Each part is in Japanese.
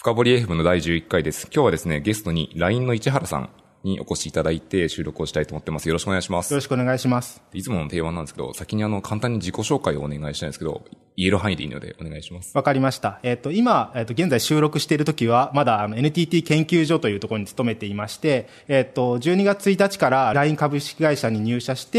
深掘り FM の第11回です。今日はですね、ゲストに LINE の市原さんにお越しいただいて収録をしたいと思ってます。よろしくお願いします。 よろしくお願いします。 いつもの定番なんですけど、先に簡単に自己紹介をお願いしたいんですけど、言える範囲でいいのでお願いします。 わかりました。今、現在収録しているときは、まだNTT 研究所というところに勤めていまして、12月1日から LINE 株式会社に入社して、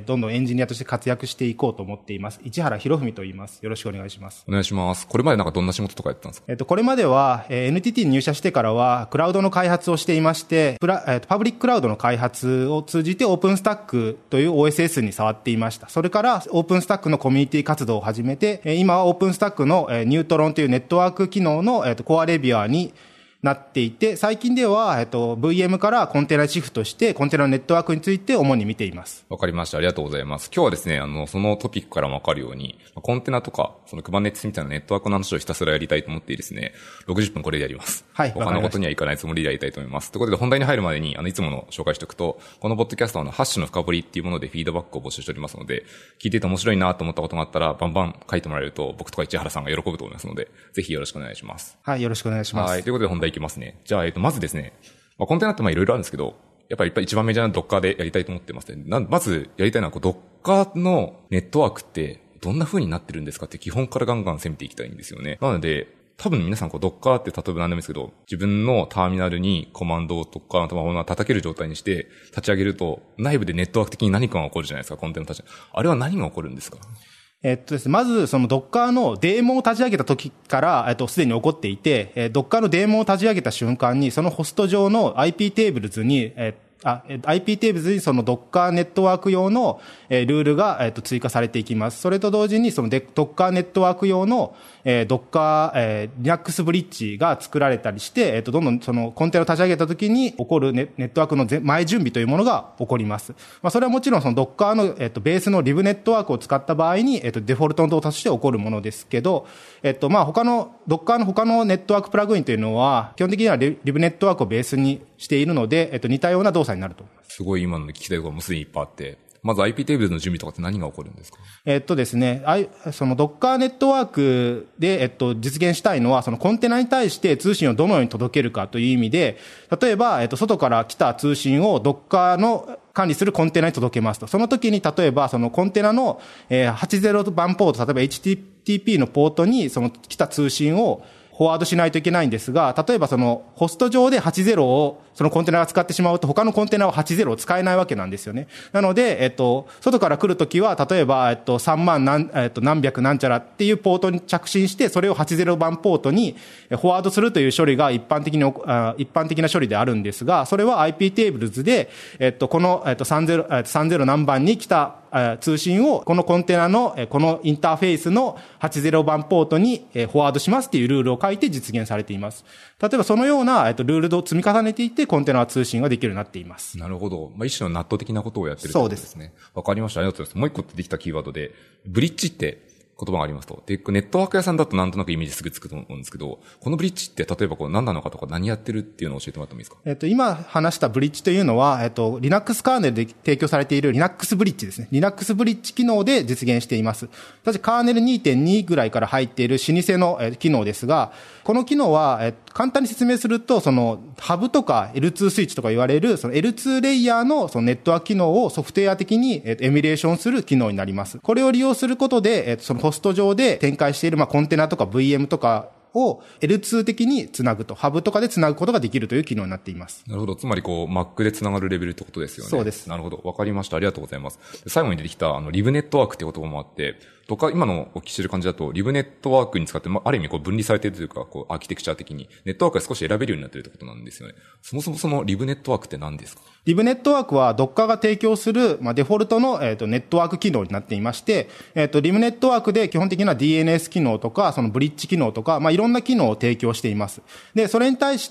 どんどんエンジニアとして活躍していこうと思っています。市原博文と言います。よろしくお願いします。 お願いします。これまでどんな仕事とかやってたんですか？ これまでは、NTT に入社してからは、クラウドの開発をしていまして、パブリッククラウドの開発を通じてオープンスタックという OSS に触っていました。それからオープンスタックのコミュニティ活動を始めて、今はオープンスタックのニュートロンというネットワーク機能のコアレビュアーになっていて、最近ではVM からコンテナシフトしてコンテナのネットワークについて主に見ています。 わかりました。ありがとうございます。今日はですね、そのトピックからもわかるように、コンテナとか、その Kubernetes みたいなネットワークの話をひたすらやりたいと思ってですね、60分これでやります。 はい。 他のことにはいかないつもりでやりたいと思います。ということで本題に入るまでに、いつもの紹介しておくと、このポッドキャストはハッシュの深掘りっていうものでフィードバックを募集しておりますので、聞いていて面白いなと思ったことがあったら、バンバン書いてもらえると、僕とか市原さんが喜ぶと思いますので、ぜひよろしくお願いします。 はい、よろしくお願いします。 はい。ということで本題いきますね。じゃあ、まずですね、コンテナっていろいろあるんですけど、やっぱり一番メジャーな Docker でやりたいと思ってますね。まずやりたいのはDocker のネットワークってどんな風になってるんですかって基本からガンガン攻めていきたいんですよね。なので、多分皆さんDocker って例えば何でもいいですけど、自分のターミナルにコマンドとか、叩ける状態にして立ち上げると、内部でネットワーク的に何かが起こるじゃないですか、コンテナ立ち。あれは何が起こるんですか？ ですね、まず、その Docker のデーモを立ち上げた時から、すでに起こっていて、Docker のデーモを立ち上げた瞬間に、そのホスト上の IP テーブルズに、IP テーブルズにその Docker ネットワーク用の、ルールが、追加されていきます。それと同時に、その Docker ネットワーク用の、Docker、Linux ブリッジが作られたりして、どんどんそのコンテナを立ち上げた時に起こるネットワークの前準備というものが起こります。それはもちろんその Docker の、ベースのリブネットワークを使った場合に、デフォルトの動作として起こるものですけど、Docker の他のネットワークプラグインというのは、基本的にはリブネットワークをベースにしているので、似たような動作になると思います。 すごい今の聞きたいことがもうすでにいっぱいあって、まず IP テーブルの準備とかって何が起こるんですか？ ですね、その Docker ネットワークで、実現したいのは、そのコンテナに対して通信をどのように届けるかという意味で、例えば、外から来た通信を Docker の管理するコンテナに届けますと。その時に、例えば、そのコンテナの、80番ポート、例えば HTTP のポートに、その来た通信をフォワードしないといけないんですが、例えばそのホスト上で80をそのコンテナが使ってしまうと他のコンテナは80を使えないわけなんですよね。なので、外から来るときは、例えば、3万何百なんちゃらっていうポートに着信して、それを80番ポートにフォワードするという処理が一般的な処理であるんですが、それは IP テーブルズで、この、30何番に来た通信をこのコンテナのこのインターフェースの80番ポートにフォワードしますっていうルールを書いて実現されています。例えばそのようなルールを積み重ねていってコンテナは通信ができるようになっています。 なるほど。一種の納豆的なことをやってるということですね。わかりました。ありがとうございます。もう一個出てきたキーワードで、ブリッジって言葉がありますと。で、ネットワーク屋さんだとなんとなくイメージすぐつくと思うんですけど、このブリッジって例えば何なのかとか何やってるっていうのを教えてもらってもいいですか？ 今話したブリッジというのは、Linux カーネルで提供されている Linux ブリッジですね。Linux ブリッジ機能で実現しています。ただカーネル 2.2 ぐらいから入っている老舗の機能ですが、この機能は簡単に説明すると、そのハブとか L2 スイッチとか言われるその L2 レイヤーのそのネットワーク機能をソフトウェア的にエミュレーションする機能になります。これを利用することで、そのホスト上で展開しているコンテナとか VM とかを L2 的につなぐと、ハブとかでつなぐことができるという機能になっています。 なるほど。つまりMac でつながるレベルってことですよね。 そうです。 なるほど。わかりました。ありがとうございます。最後に出てきたリブネットワークって言葉もあって、今のお聞きしてる感じだと、リブネットワークに使って、ある意味分離されているというか、アーキテクチャ的に、ネットワークが少し選べるようになっているってことなんですよね。そもそもそのリブネットワークって何ですか？ リブネットワークは Docker が提供する、デフォルトの、ネットワーク機能になっていまして、リブネットワークで基本的な DNS 機能とか、そのブリッジ機能とか、いろんな機能を提供しています。で、それに対して、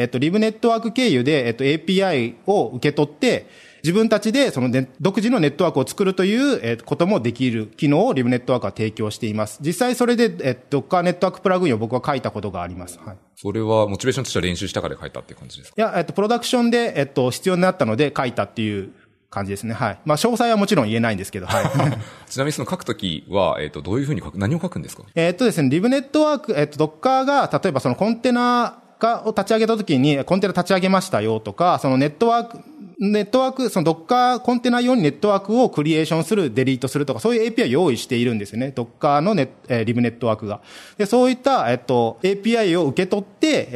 リブネットワーク経由で、API を受け取って、自分たちでその独自のネットワークを作るということもできる機能をリブネットワークは提供しています。実際それでDocker ネットワークプラグインを僕は書いたことがあります。はい。 それはモチベーションとしては練習したから書いたっていう感じですか？ いや、プロダクションで必要になったので書いたっていう感じですね。はい。詳細はもちろん言えないんですけど、はい。 ちなみにその書くときは、どういうふうに何を書くんですか？ ですね、リブネットワーク、Docker が、例えばそのコンテナを立ち上げたときにコンテナ立ち上げましたよとか、そのネットワーク、その Docker コンテナ用にネットワークをクリエーションする、デリートするとか、そういう API を用意しているんですよね。Docker のリブネットワークが。で、そういった、API を受け取って、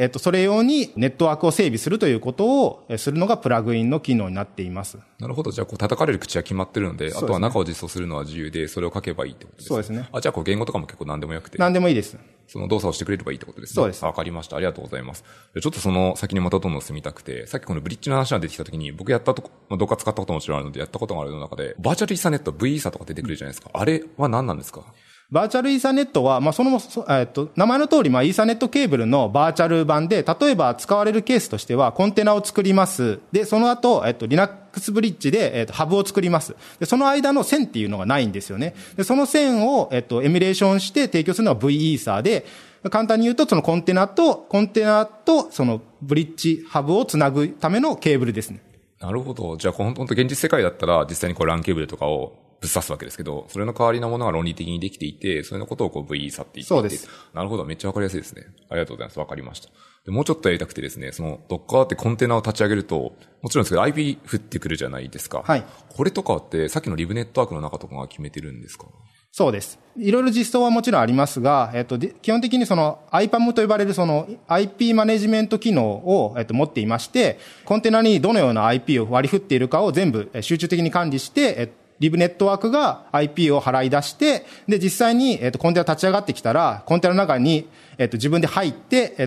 それ用にネットワークを整備するということをするのがプラグインの機能になっています。 なるほど。じゃあ、叩かれる口は決まってるので、あとは中を実装するのは自由で、それを書けばいいってことですね。 そうですね。 じゃあ、言語とかも結構何でもよくて。 何でもいいです。 その動作をしてくれればいいってことですね。 そうです。 わかりました。ありがとうございます。ちょっとその先にまたどんどん進みたくて、さっきこのブリッジの話が出てきたときに、僕やったとこ、どっか使ったことももちろんあるので、やったことがあるの中で、バーチャルイーサネット、V イーサとか出てくるじゃないですか。あれは何なんですか？ バーチャルイーサネットは、名前の通り、イーサネットケーブルのバーチャル版で、例えば使われるケースとしては、コンテナを作ります。で、その後、Linux ブリッジで、ハブを作ります。で、その間の線っていうのがないんですよね。で、その線を、エミュレーションして提供するのは V イーサで、簡単に言うと、そのコンテナと、そのブリッジ、ハブをつなぐためのケーブルですね。 なるほど。じゃあ、本当現実世界だったら、実際にLAN ケーブルとかをぶっ刺すわけですけど、それの代わりのものが論理的にできていて、それのことをV イーサって言っていて。 そうです。 なるほど。めっちゃわかりやすいですね。ありがとうございます。わかりました。で、もうちょっとやりたくてですね、その Docker ってコンテナを立ち上げると、もちろんですけど IP 降ってくるじゃないですか。 はい。 これとかってさっきのリブネットワークの中とかが決めてるんですか？ そうです。いろいろ実装はもちろんありますが、基本的にその IPAM と呼ばれるその IP マネジメント機能を、持っていまして、コンテナにどのような IP を割り振っているかを全部集中的に管理して、リブネットワークが IP を払い出して、で、実際に、コンテナ立ち上がってきたら、コンテナの中に、自分で入って、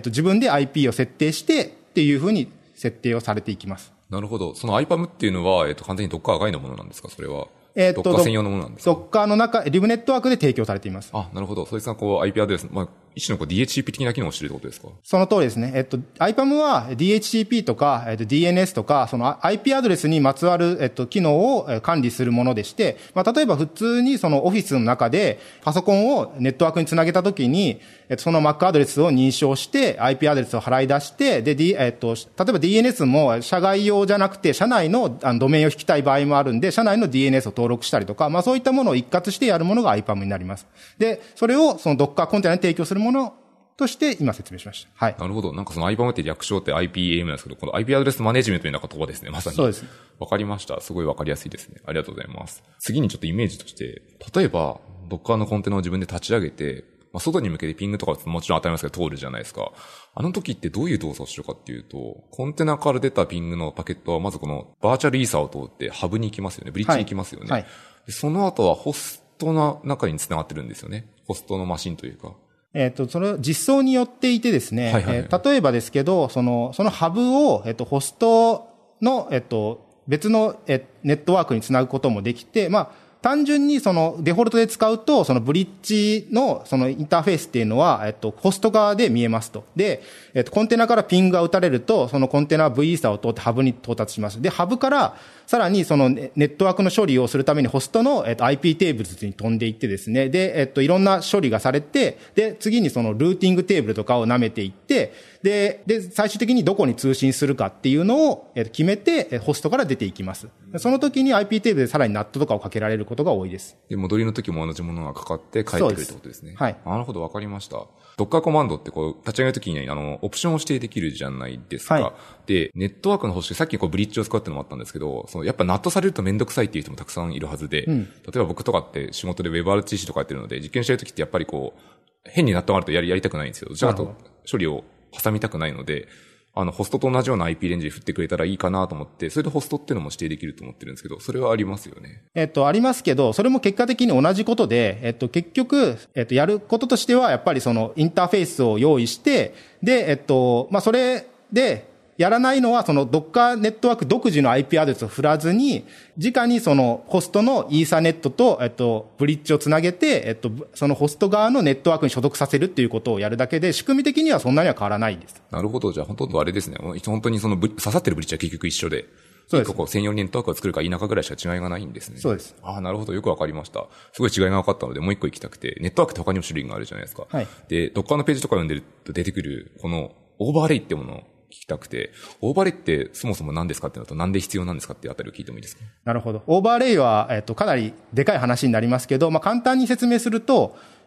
自分で IP を設定して、っていうふうに設定をされていきます。 なるほど。その IPAM っていうのは、完全に Docker 外のものなんですか？それは。Docker 専用のものなんですか ？Docker の中、リブネットワークで提供されています。 なるほど。そいつがIP アドレス、一種のDHCP 的な機能をしているってことですか？ その通りですね。IPAM は DHCP とか、DNS とか、その IP アドレスにまつわる、機能を管理するものでして、例えば普通にそのオフィスの中でパソコンをネットワークにつなげたときに、その MAC アドレスを認証して、IP アドレスを払い出して、で、例えば DNS も社外用じゃなくて、社内のドメインを引きたい場合もあるんで、社内の DNS を登録したりとか、そういったものを一括してやるものが IPAM になります。で、それをその Docker コンテナに提供するものとして今説明しました。はい。 なるほど。なんかその IPAM って略称って IPAM なんですけど、この IP アドレスマネジメントのような言葉ですね。まさに。 そうです。 わかりました。すごいわかりやすいですね。ありがとうございます。次にちょっとイメージとして、例えば Docker のコンテナを自分で立ち上げて、外に向けてピングとかもちろん当たりますけど通るじゃないですか。あの時ってどういう動作をするかっていうと、コンテナから出たピングのパケットはまずこのバーチャルイーサーを通ってハブに行きますよね。ブリッジに行きますよね。はい。でその後はホストの中に繋がってるんですよね。ホストのマシンというか。 それ実装によっていてですね、はいはいはい、例えばですけど、そのハブを、ホストの、別の、ネットワークにつなぐこともできて、単純にそのデフォルトで使うと、そのブリッジのそのインターフェースっていうのは、ホスト側で見えますと。で、コンテナからピングが打たれると、そのコンテナは V イーサを通ってハブに到達します。で、ハブからさらにそのネットワークの処理をするためにホストの IP テーブルズに飛んでいってですね、で、いろんな処理がされて、で、次にそのルーティングテーブルとかを舐めていって、で、最終的にどこに通信するかっていうのを決めて、ホストから出ていきます。その時に IP テーブルでさらに NAT とかをかけられることが多いです。 で、戻りの時も同じものがかかって帰ってくるってことですね。 はい。 なるほど、わかりました。Docker コマンドって立ち上げる時にオプションを指定できるじゃないですか。はい、で、ネットワークの方式、さっきブリッジを使うってのもあったんですけど、やっぱ NAT されるとめんどくさいっていう人もたくさんいるはずで、例えば僕とかって仕事で WebRTC とかやってるので、実験してる時ってやっぱり変に NAT があるとやりたくないんですよ。じゃあと処理を挟みたくないので、ホストと同じような IP レンジで振ってくれたらいいかなと思って、それでホストっていうのも指定できると思ってるんですけど、それはありますよね。 ありますけど、それも結果的に同じことで、結局、やることとしては、やっぱりそのインターフェースを用意して、で、それで、やらないのは、その Docker ネットワーク独自の IP アドレスを振らずに、直にそのホストのイーサネットと、ブリッジをつなげて、そのホスト側のネットワークに所属させるっていうことをやるだけで、仕組み的にはそんなには変わらないです。 なるほど。じゃあ、ほとんどあれですね。本当に刺さってるブリッジは結局一緒で。そうです。専用ネットワークを作るか否かぐらいしか違いがないんですね。 そうです。 なるほど。よくわかりました。すごい違いが分かったので、もう一個行きたくて、ネットワークって他にも種類があるじゃないですか。はい。で、Dockerのページとか読んでると出てくる、このオーバーレイってものを聞きたくて、オーバーレイってそもそも何ですかっていうのと、なんで必要なんですかっていうあたりを聞いてもいいですか？ なるほど。オーバーレイは、かなりでかい話になりますけど、簡単に説明すると、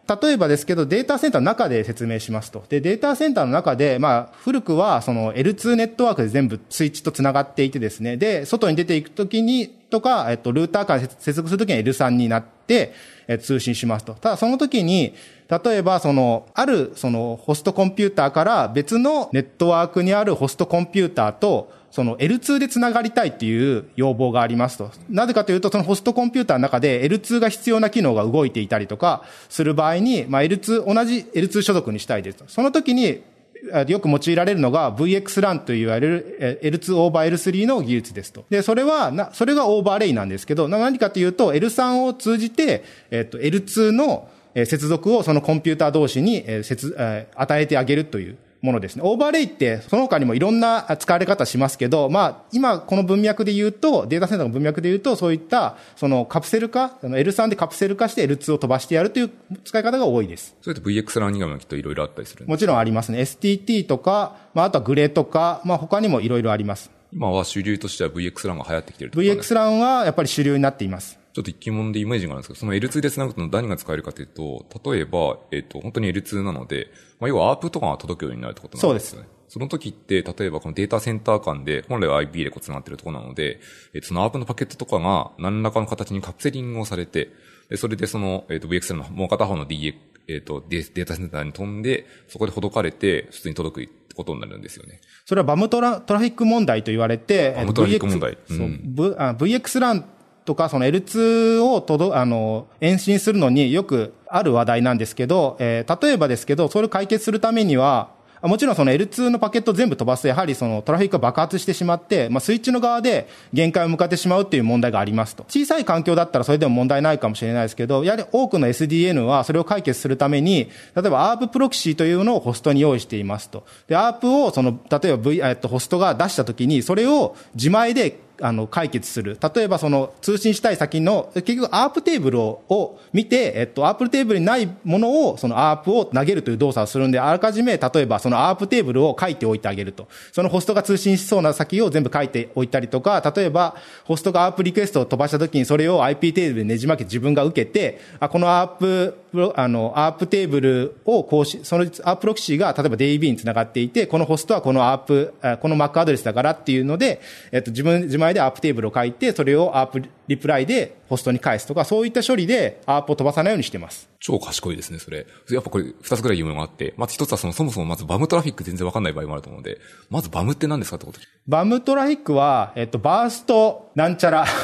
例えばですけど、データセンターの中で説明しますと。で、データセンターの中で、古くは、その L2 ネットワークで全部スイッチと繋がっていてですね、で、外に出ていくときに、とか、ルーターから接続するときには L3 になって、通信しますと。ただ、その時に、例えば、ある、ホストコンピューターから別のネットワークにあるホストコンピューターと、L2 で繋がりたいっていう要望がありますと。なぜかというと、そのホストコンピューターの中で L2 が必要な機能が動いていたりとかする場合に、同じ L2 所属にしたいですと。その時に、よく用いられるのが VXLAN といわれる L2 オーバー L3 の技術ですと。で、それがオーバーレイなんですけど、何かというと L3 を通じて、L2 の接続をそのコンピューター同士に与えてあげるというものですね。オーバーレイってその他にもいろんな使われ方しますけど、今この文脈で言うと、データセンターの文脈で言うと、そういったカプセル化、L3 でカプセル化して L2 を飛ばしてやるという使い方が多いです。 それと VXLAN 以外もきっといろいろあったりするんですか？ もちろんありますね。STT とか、あとはグレとか、他にもいろいろあります。 今は主流としては VXLAN が流行ってきてるってことなんですか？ VXLAN はやっぱり主流になっています。 ちょっと一疑問でイメージがあるんですけど、その L2 で繋ぐと何が使えるかというと、例えば、本当に L2 なので、要は ARP とかが届くようになるってことなんですよね。そうです。その時って、例えばこのデータセンター間で、本来は IP で繋がってるところなので、その ARP のパケットとかが何らかの形にカプセリングをされて、で、それでVXLAN のもう片方のデータセンターに飛んで、そこでほどかれて、普通に届くってことになるんですよね。 それはバムトラフィック問題と言われて、 バムトラフィック問題。 VXLAN とかL2 を延伸するのによくある話題なんですけど、例えばですけど、それを解決するためには、もちろんL2 のパケットを全部飛ばすと、やはりトラフィックが爆発してしまって、スイッチの側で限界を迎えてしまうっていう問題がありますと。小さい環境だったらそれでも問題ないかもしれないですけど、やはり多くの SDN はそれを解決するために、例えば ARP プロキシーというのをホストに用意していますと。で、ARP を例えばホストが出したときに、それを自前で解決する。例えば通信したい先の、結局 ARP テーブルを見て、ARP テーブルにないものを、ARP を投げるという動作をするんで、あらかじめ、例えばARP テーブルを書いておいてあげると。そのホストが通信しそうな先を全部書いておいたりとか、例えば、ホストが ARP リクエストを飛ばしたときにそれを IP テーブルでねじ巻けて自分が受けて、このARPテーブルをその ARP プロキシーが例えば DB につながっていて、このホストはこの MAC アドレスだからっていうので、自前で ARP テーブルを書いて、それを ARP リプライでホストに返すとか、そういった処理で ARP を飛ばさないようにしてます。 超賢いですね、それ。やっぱこれ二つぐらい言うのがあって、まず一つはそもそもまずバムトラフィック全然わかんない場合もあると思うので、まずバムって何ですかってこと？ バムトラフィックは、バーストなんちゃら。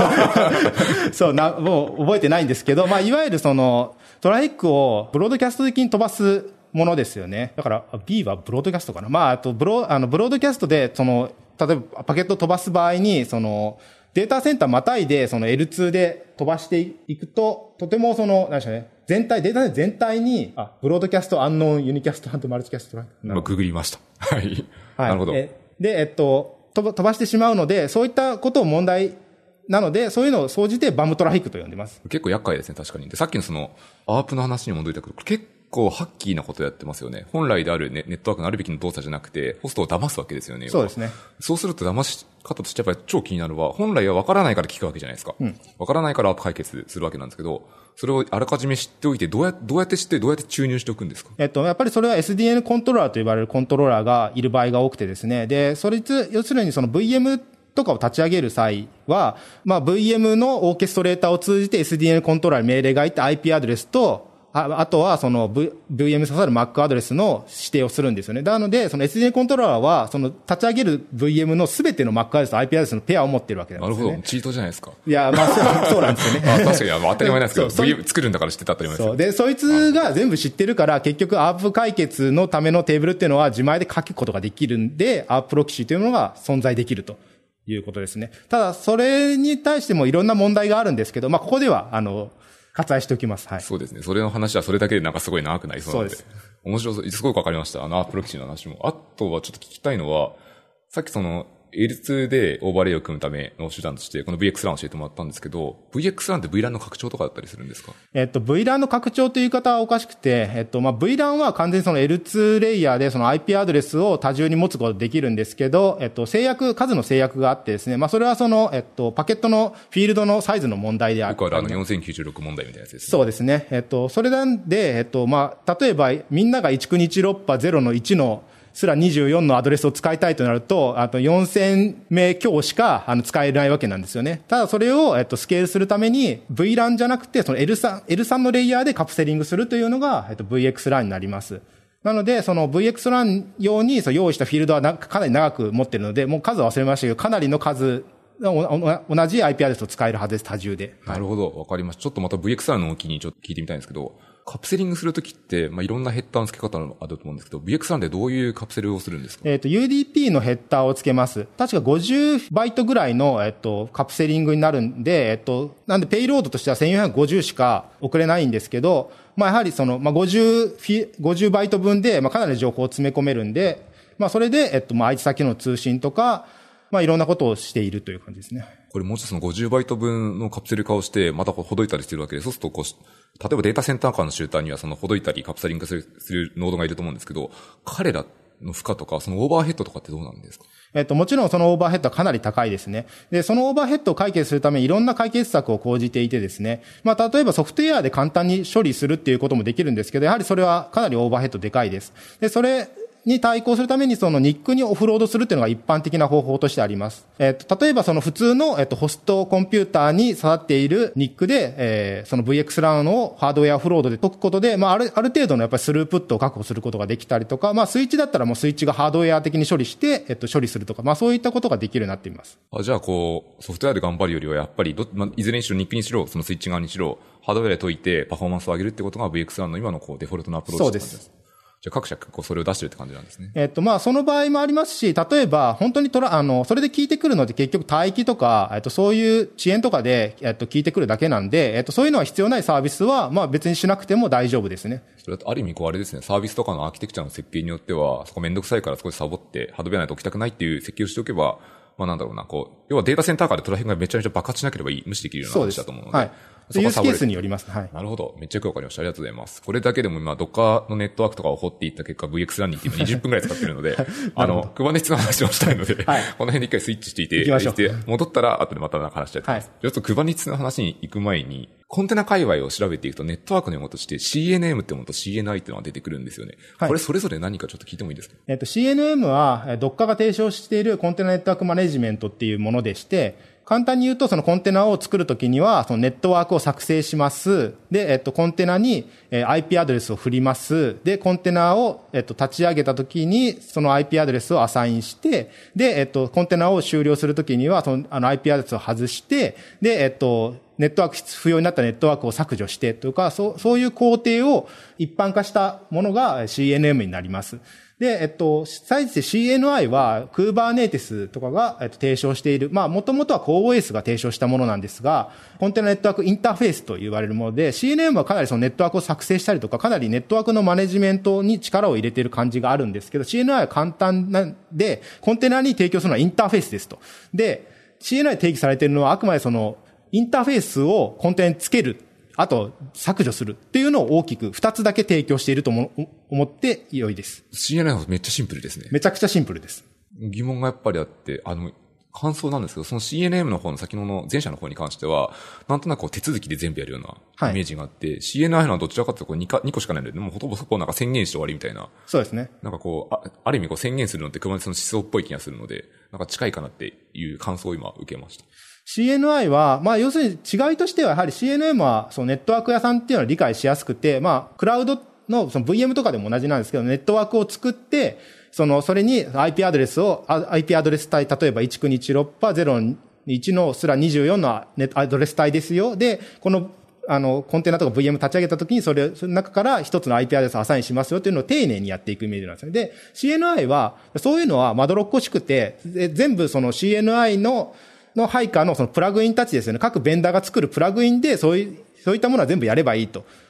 もう覚えてないんですけど、いわゆるトラフィックをブロードキャスト的に飛ばすものですよね。だから、B はブロードキャストかな。ブロードキャストで、例えばパケットを飛ばす場合に、データセンターまたいで、L2 で飛ばしていくと、とても何でしょうね。データセンター全体に、ブロードキャスト、アンノーン、ユニキャスト、マルチキャスト。 今、ググりました。はい。なるほど。 で、飛ばしてしまうので、そういったことを問題なので、そういうのを総じてバムトラフィックと呼んでます。 結構厄介ですね、確かに。で、さっきのARP の話に戻りたけど、結構ハッキーなことやってますよね。本来であるネットワークのあるべきの動作じゃなくて、ホストを騙すわけですよね。 そうですね。 そうすると騙し方としてやっぱり超気になるのは、本来は分からないから聞くわけじゃないですか。分からないから解決するわけなんですけど、それをあらかじめ知っておいて、どうやって知って、どうやって注入しておくんですか？ やっぱりそれは SDN コントローラーと呼ばれるコントローラーがいる場合が多くてですね。で、要するにVM とかを立ち上げる際は、VM のオーケストレーターを通じて SDN コントローラーに命令がいって IP アドレスと、あとはVM に刺さる MAC アドレスの指定をするんですよね。なので、SDN コントローラーは、立ち上げる VM のすべての MAC アドレスと IP アドレスのペアを持っているわけなんですよね。 なるほど。チートじゃないですか。 いや、そうなんですよね。 確かに、当たり前なんですけど、VM 作るんだから知ってた当たり前ですよ。 で、そいつが全部知ってるから、結局 ARP 解決のためのテーブルっていうのは自前で書くことができるんで、ARP プロキシーというものが存在できるということですね。ただ、それに対してもいろんな問題があるんですけど、ここでは、割愛しておきます。はい。 そうですね。それの話はそれだけでなんかすごい長くなりそうなので。そうです。面白そう。すごくわかりました。ARP プロキシーの話も。あとはちょっと聞きたいのは、さっき L2 でオーバーレイを組むための手段として、この VXLAN を教えてもらったんですけど、VXLAN って VLAN の拡張とかだったりするんですか？ VLAN の拡張という言い方はおかしくて、VLAN は完全にその L2 レイヤーでその IP アドレスを多重に持つことができるんですけど、数の制約があってですね、それはその、パケットのフィールドのサイズの問題である。 よくある4096問題みたいなやつですね。 そうですね。それなんで、例えばみんなが1国1ロッパ0の1のすら24のアドレスを使いたいとなると、あと4000名強しか使えないわけなんですよね。ただそれをスケールするために VLAN じゃなくてその L3 のレイヤーでカプセリングするというのがVXLAN になります。なのでその VXLAN 用に用意したフィールドはかなり長く持っているので、もう数は忘れましたけど、かなりの数同じ IP アドレスを使えるはずです、多重で。 なるほど、わかりました。ちょっとまた VXLAN の機にちょっと聞いてみたいんですけど、カプセリングするときって、いろんなヘッダーの付け方あると思うんですけど、VXLAN でどういうカプセルをするんですか ？UDP のヘッダーを付けます。確か50バイトぐらいの、カプセリングになるんで、なんでペイロードとしては1450しか送れないんですけど、やはりその、50バイト分で、かなり情報を詰め込めるんで、それで、相手先の通信とか、いろんなことをしているという感じですね。 これもうちょっとその50バイト分のカプセル化をして、またほどいたりしてるわけで、そうすると例えばデータセンター間のシューターにはそのほどいたりカプセリングするノードがいると思うんですけど、彼らの負荷とか、そのオーバーヘッドとかってどうなんですか？ もちろんそのオーバーヘッドはかなり高いですね。で、そのオーバーヘッドを解決するためにいろんな解決策を講じていてですね、例えばソフトウェアで簡単に処理するっていうこともできるんですけど、やはりそれはかなりオーバーヘッドでかいです。で、それに対抗するためにその NIC にオフロードするっていうのが一般的な方法としてあります。例えばその普通のホストコンピューターに刺さっている NIC で、その VXLAN をハードウェアオフロードで解くことで、ある程度のやっぱりスループットを確保することができたりとか、スイッチだったらもうスイッチがハードウェア的に処理して、処理するとか、そういったことができるようになっています。 じゃあソフトウェアで頑張るよりはやっぱりいずれにしろ NIC にしろ、そのスイッチ側にしろ、ハードウェアで解いてパフォーマンスを上げるってことが VXLAN の今のデフォルトのアプローチって感じです。そうです。じゃあ各社それを出してるって感じなんですね。 その場合もありますし、例えば本当にそれで聞いてくるので結局帯域とか、そういう遅延とかで、聞いてくるだけなんで、そういうのは必要ないサービスは、別にしなくても大丈夫ですね。 それだとある意味あれですね、サービスとかのアーキテクチャの設計によっては、そこめんどくさいから少しサボって、ハードウェアないと置きたくないっていう設計をしておけば、要はデータセンターからトラフィックがめちゃめちゃ爆発しなければ無視できるような話だと思うので。 はい。ユースケースによります。はい。 なるほど。めっちゃよくわかりました。ありがとうございます。これだけでも今、Docker のネットワークとかを掘っていった結果、VXLAN にって今20分くらい使ってるので、Kubernetes の話をしたいので、はい、この辺で一回スイッチしていて、戻ったら後でまた話したいと思います。ちょっと Kubernetes の話に行く前に、コンテナ界隈を調べていくとネットワークの用語として CNM ってものと CNI っていうのが出てくるんですよね。はい、これそれぞれ何かちょっと聞いてもいいですか ？CNM は Docker が提唱しているコンテナネットワークマネジメントっていうものでして、簡単に言うと、そのコンテナを作るときには、そのネットワークを作成します。で、コンテナに IP アドレスを振ります。で、コンテナを立ち上げたときに、その IP アドレスをアサインして、で、コンテナを終了するときには、そのIP アドレスを外して、で、ネットワーク不要になったネットワークを削除してとか、そういう工程を一般化したものが CNM になります。で、際して CNI は Kubernetes とかが提唱している、もともとは CoreOS が提唱したものなんですが、コンテナネットワークインターフェースと言われるもので、CNM はかなりそのネットワークを作成したりとか、かなりネットワークのマネジメントに力を入れている感じがあるんですけど、CNI は簡単なんで、コンテナに提供するのはインターフェースですと。で、CNI 定義されているのはあくまでその、インターフェースをコンテナにつける。あと、削除するっていうのを大きく2つだけ提供していると思って良いです。 CNI はめっちゃシンプルですね。 めちゃくちゃシンプルです。 疑問がやっぱりあって、感想なんですけど、その CNM の方の先の前者の方に関しては、なんとなく手続きで全部やるようなイメージがあって、はい、CNI のはどちらかというと2個しかないので、もうほとぼ宣言して終わりみたいな。 そうですね。 ある意味宣言するのって Kubernetes の思想っぽい気がするので、近いかなっていう感想を今受けました。 CNI は、要するに違いとしてはやはり CNM はそのネットワーク屋さんっていうのは理解しやすくて、クラウドのその VM とかでも同じなんですけど、ネットワークを作って、それに IP アドレス帯、例えば1国1ロッパ0.1のすら24のアドレス帯ですよ。で、このコンテナとか VM 立ち上げたときにその中から一つの IP アドレスをアサインしますよっていうのを丁寧にやっていくイメージなんですね。で、CNI は、そういうのはまどろっこしくて、全部その CNI の配下のそのプラグインたちですよね。各ベンダーが作るプラグインでそういったものは全部やればいいと。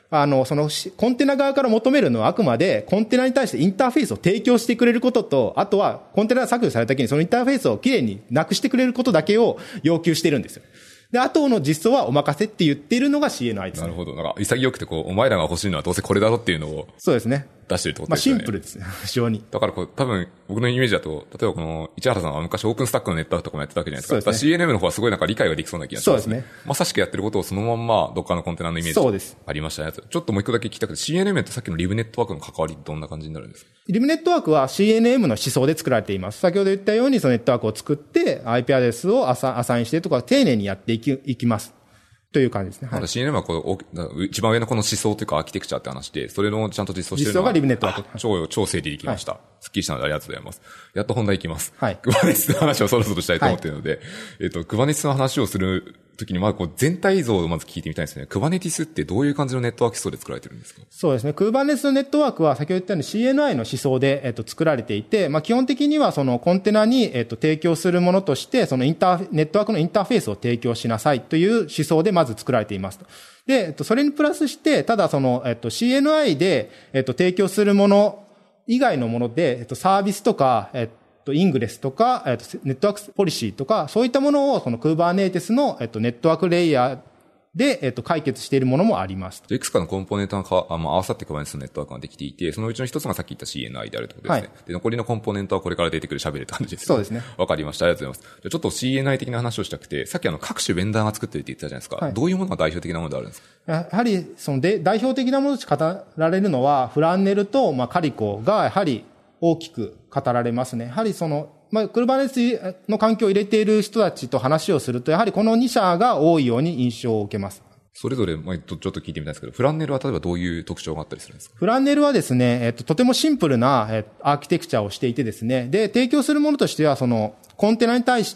そのコンテナ側から求めるのはあくまでコンテナに対してインターフェースを提供してくれることと、あとはコンテナが削除された時にそのインターフェースをきれいになくしてくれることだけを要求してるんですよ。で、あとの実装はお任せって言っているのが CNI ですね。 なるほど。なんか潔くてお前らが欲しいのはどうせこれだろっていうのを。 そうですね。 出してるってことですよね。 シンプルですね。非常に。 だから多分、僕のイメージだと、例えばこの、市原さんは昔オープンスタックのネットワークとかもやってたわけじゃないですか。そうですね。CNM の方はすごいなんか理解ができそうな気がしますね。そうですね。まさしくやってることをそのまんま、どっかのコンテナのイメージそうです。 ありましたね。ちょっともう一個だけ聞きたくて、CNM ってさっきのリブネットワークの関わりどんな感じになるんですか？ リブネットワークは CNM の思想で作られています。先ほど言ったようにそのネットワークを作って、IP アドレスをアサインしてとか丁寧にやっていきます。という感じですね。 はい。CNM は一番上のこの思想というかアーキテクチャって話で、それのちゃんと実装してるのは。 実装がリブネットワーク。超整理できました。はい、すっきりしたのでありがとうございます。やっと本題いきます。 はい。 Kubernetes の話をそろそろしたいと思っているので、Kubernetes の話をするときに、まず全体像をまず聞いてみたいんですね。Kubernetes ってどういう感じのネットワーク思想で作られてるんですか？ そうですね。Kubernetes のネットワークは先ほど言ったように CNI の思想で、作られていて、基本的にはそのコンテナに、提供するものとして、そのネットワークのインターフェースを提供しなさいという思想でまず作られていますと。で、それにプラスして、ただその、CNI で、提供するもの以外のもので、サービスとか、イングレスとか、ネットワークポリシーとか、そういったものを、その Kubernetes の、ネットワークレイヤーで、解決しているものもあります。 いくつかのコンポーネントが合わさって Kubernetes のネットワークができていて、そのうちの一つがさっき言った CNI であるということですね。はい、で、残りのコンポーネントはこれから出てくる喋るって感じですね。 そうですね。 わかりました。ありがとうございます。じゃあちょっと CNI 的な話をしたくて、さっき各種ベンダーが作ってるって言ってたじゃないですか。はい、どういうものが代表的なものであるんですか？ やはり、その代表的なものとして語られるのは、フランネルと、カリコがやはり大きく語られますね。やはりその、Kubernetes の環境を入れている人たちと話をすると、やはりこの2社が多いように印象を受けます。 それぞれ、ちょっと聞いてみたいんですけど、フランネルは例えばどういう特徴があったりするんですか？ フランネルはですね、とてもシンプルな、アーキテクチャをしていてですね、で、提供するものとしては、その、コンテナに対して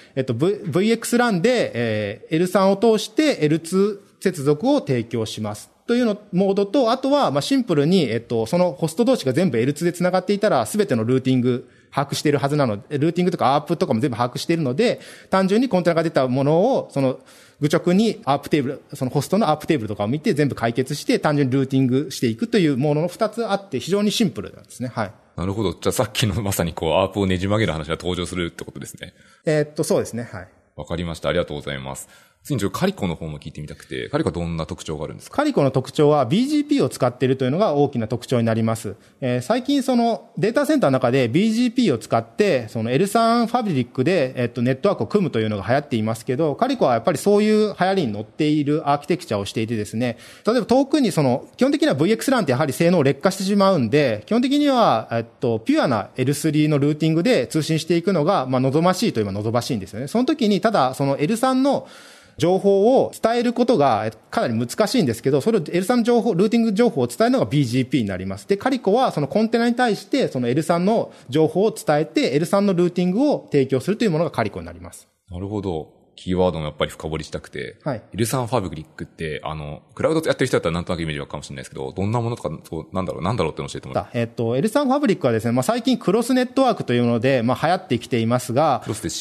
、VXLAN で、L3 を通して L2 接続を提供します。というのモードと、あとは、シンプルに、そのホスト同士が全部 L2 で繋がっていたら、すべてのルーティング、把握しているはずなので、ルーティングとかアープとかも全部把握しているので、単純にコンテナが出たものを、その、愚直にアープテーブル、そのホストのアープテーブルとかを見て全部解決して、単純にルーティングしていくというものの2つあって、非常にシンプルなんですね。はい。 なるほど。じゃあさっきのまさにアープをねじ曲げる話が登場するってことですね。 そうですね。はい。 わかりました。ありがとうございます。次にカリコの方も聞いてみたくて、カリコはどんな特徴があるんですか？ カリコの特徴は BGP を使っているというのが大きな特徴になります。最近そのデータセンターの中で BGP を使って、その L3 ファブリックで、ネットワークを組むというのが流行っていますけど、カリコはやっぱりそういう流行りに乗っているアーキテクチャをしていてですね、例えば遠くにその、基本的には VXLAN ってやはり性能を劣化してしまうんで、基本的には、ピュアな L3 のルーティングで通信していくのが、望ましいといえば望ましいんですよね。その時に、ただその L3 の情報を伝えることがかなり難しいんですけど、それを L3 情報、ルーティング情報を伝えるのが BGP になります。で、カリコはそのコンテナに対してその L3 の情報を伝えて L3 のルーティングを提供するというものがカリコになります。 なるほど。キーワードもやっぱり深掘りしたくて。 はい。 L3 ファブリックって、クラウドやってる人だったらなんとなくイメージがかもしれないですけど、どんなものとか、なんだろうって教えてもらって。 L3 ファブリックはですね、最近クロスネットワークというので、流行ってきていますが。 クロスで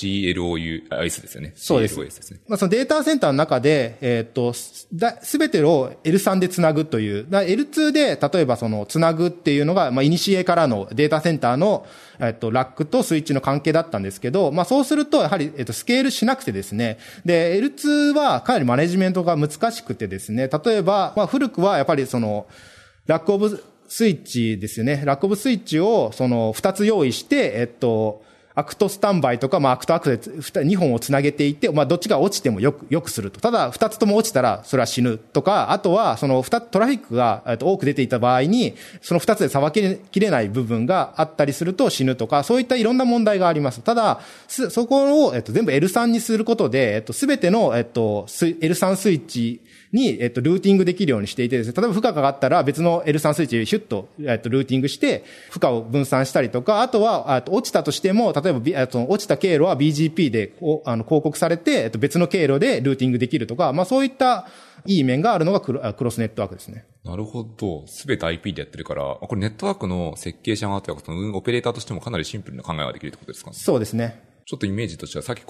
CLOS ですよね。 そうです。 CLOS ですね。 そのデータセンターの中で、すべてを L3 でつなぐという。L2 で、例えばその、つなぐっていうのが、イニシエからのデータセンターの、ラックとスイッチの関係だったんですけど、そうすると、やはり、スケールしなくてですね、で、L2 はかなりマネジメントが難しくてですね、例えば、古くはやっぱりその、ラックオブスイッチですよね。ラックオブスイッチをその2つ用意して、アクトスタンバイとか、アクトアクセス2本をつなげていて、どっちが落ちてもよくすると。ただ、2つとも落ちたら、それは死ぬとか、あとは、そのトラフィックが多く出ていた場合に、その2つでさばききれない部分があったりすると死ぬとか、そういったいろんな問題があります。ただ、そこを、全部 L3 にすることで、すべての、L3 スイッチに、ルーティングできるようにしていてですね、例えば負荷があったら別の L3 スイッチをヒュッと、ルーティングして、負荷を分散したりとか、あとは、落ちたとしても、例えば、落ちた経路は BGP で、広告されて、別の経路でルーティングできるとか、そういったいい面があるのがクロスネットワークですね。 なるほど。すべて IP でやってるから、これネットワークの設計者側というか、オペレーターとしてもかなりシンプルな考えができるってことですかね。 そうですね。 ちょっとイメージとしては、さっき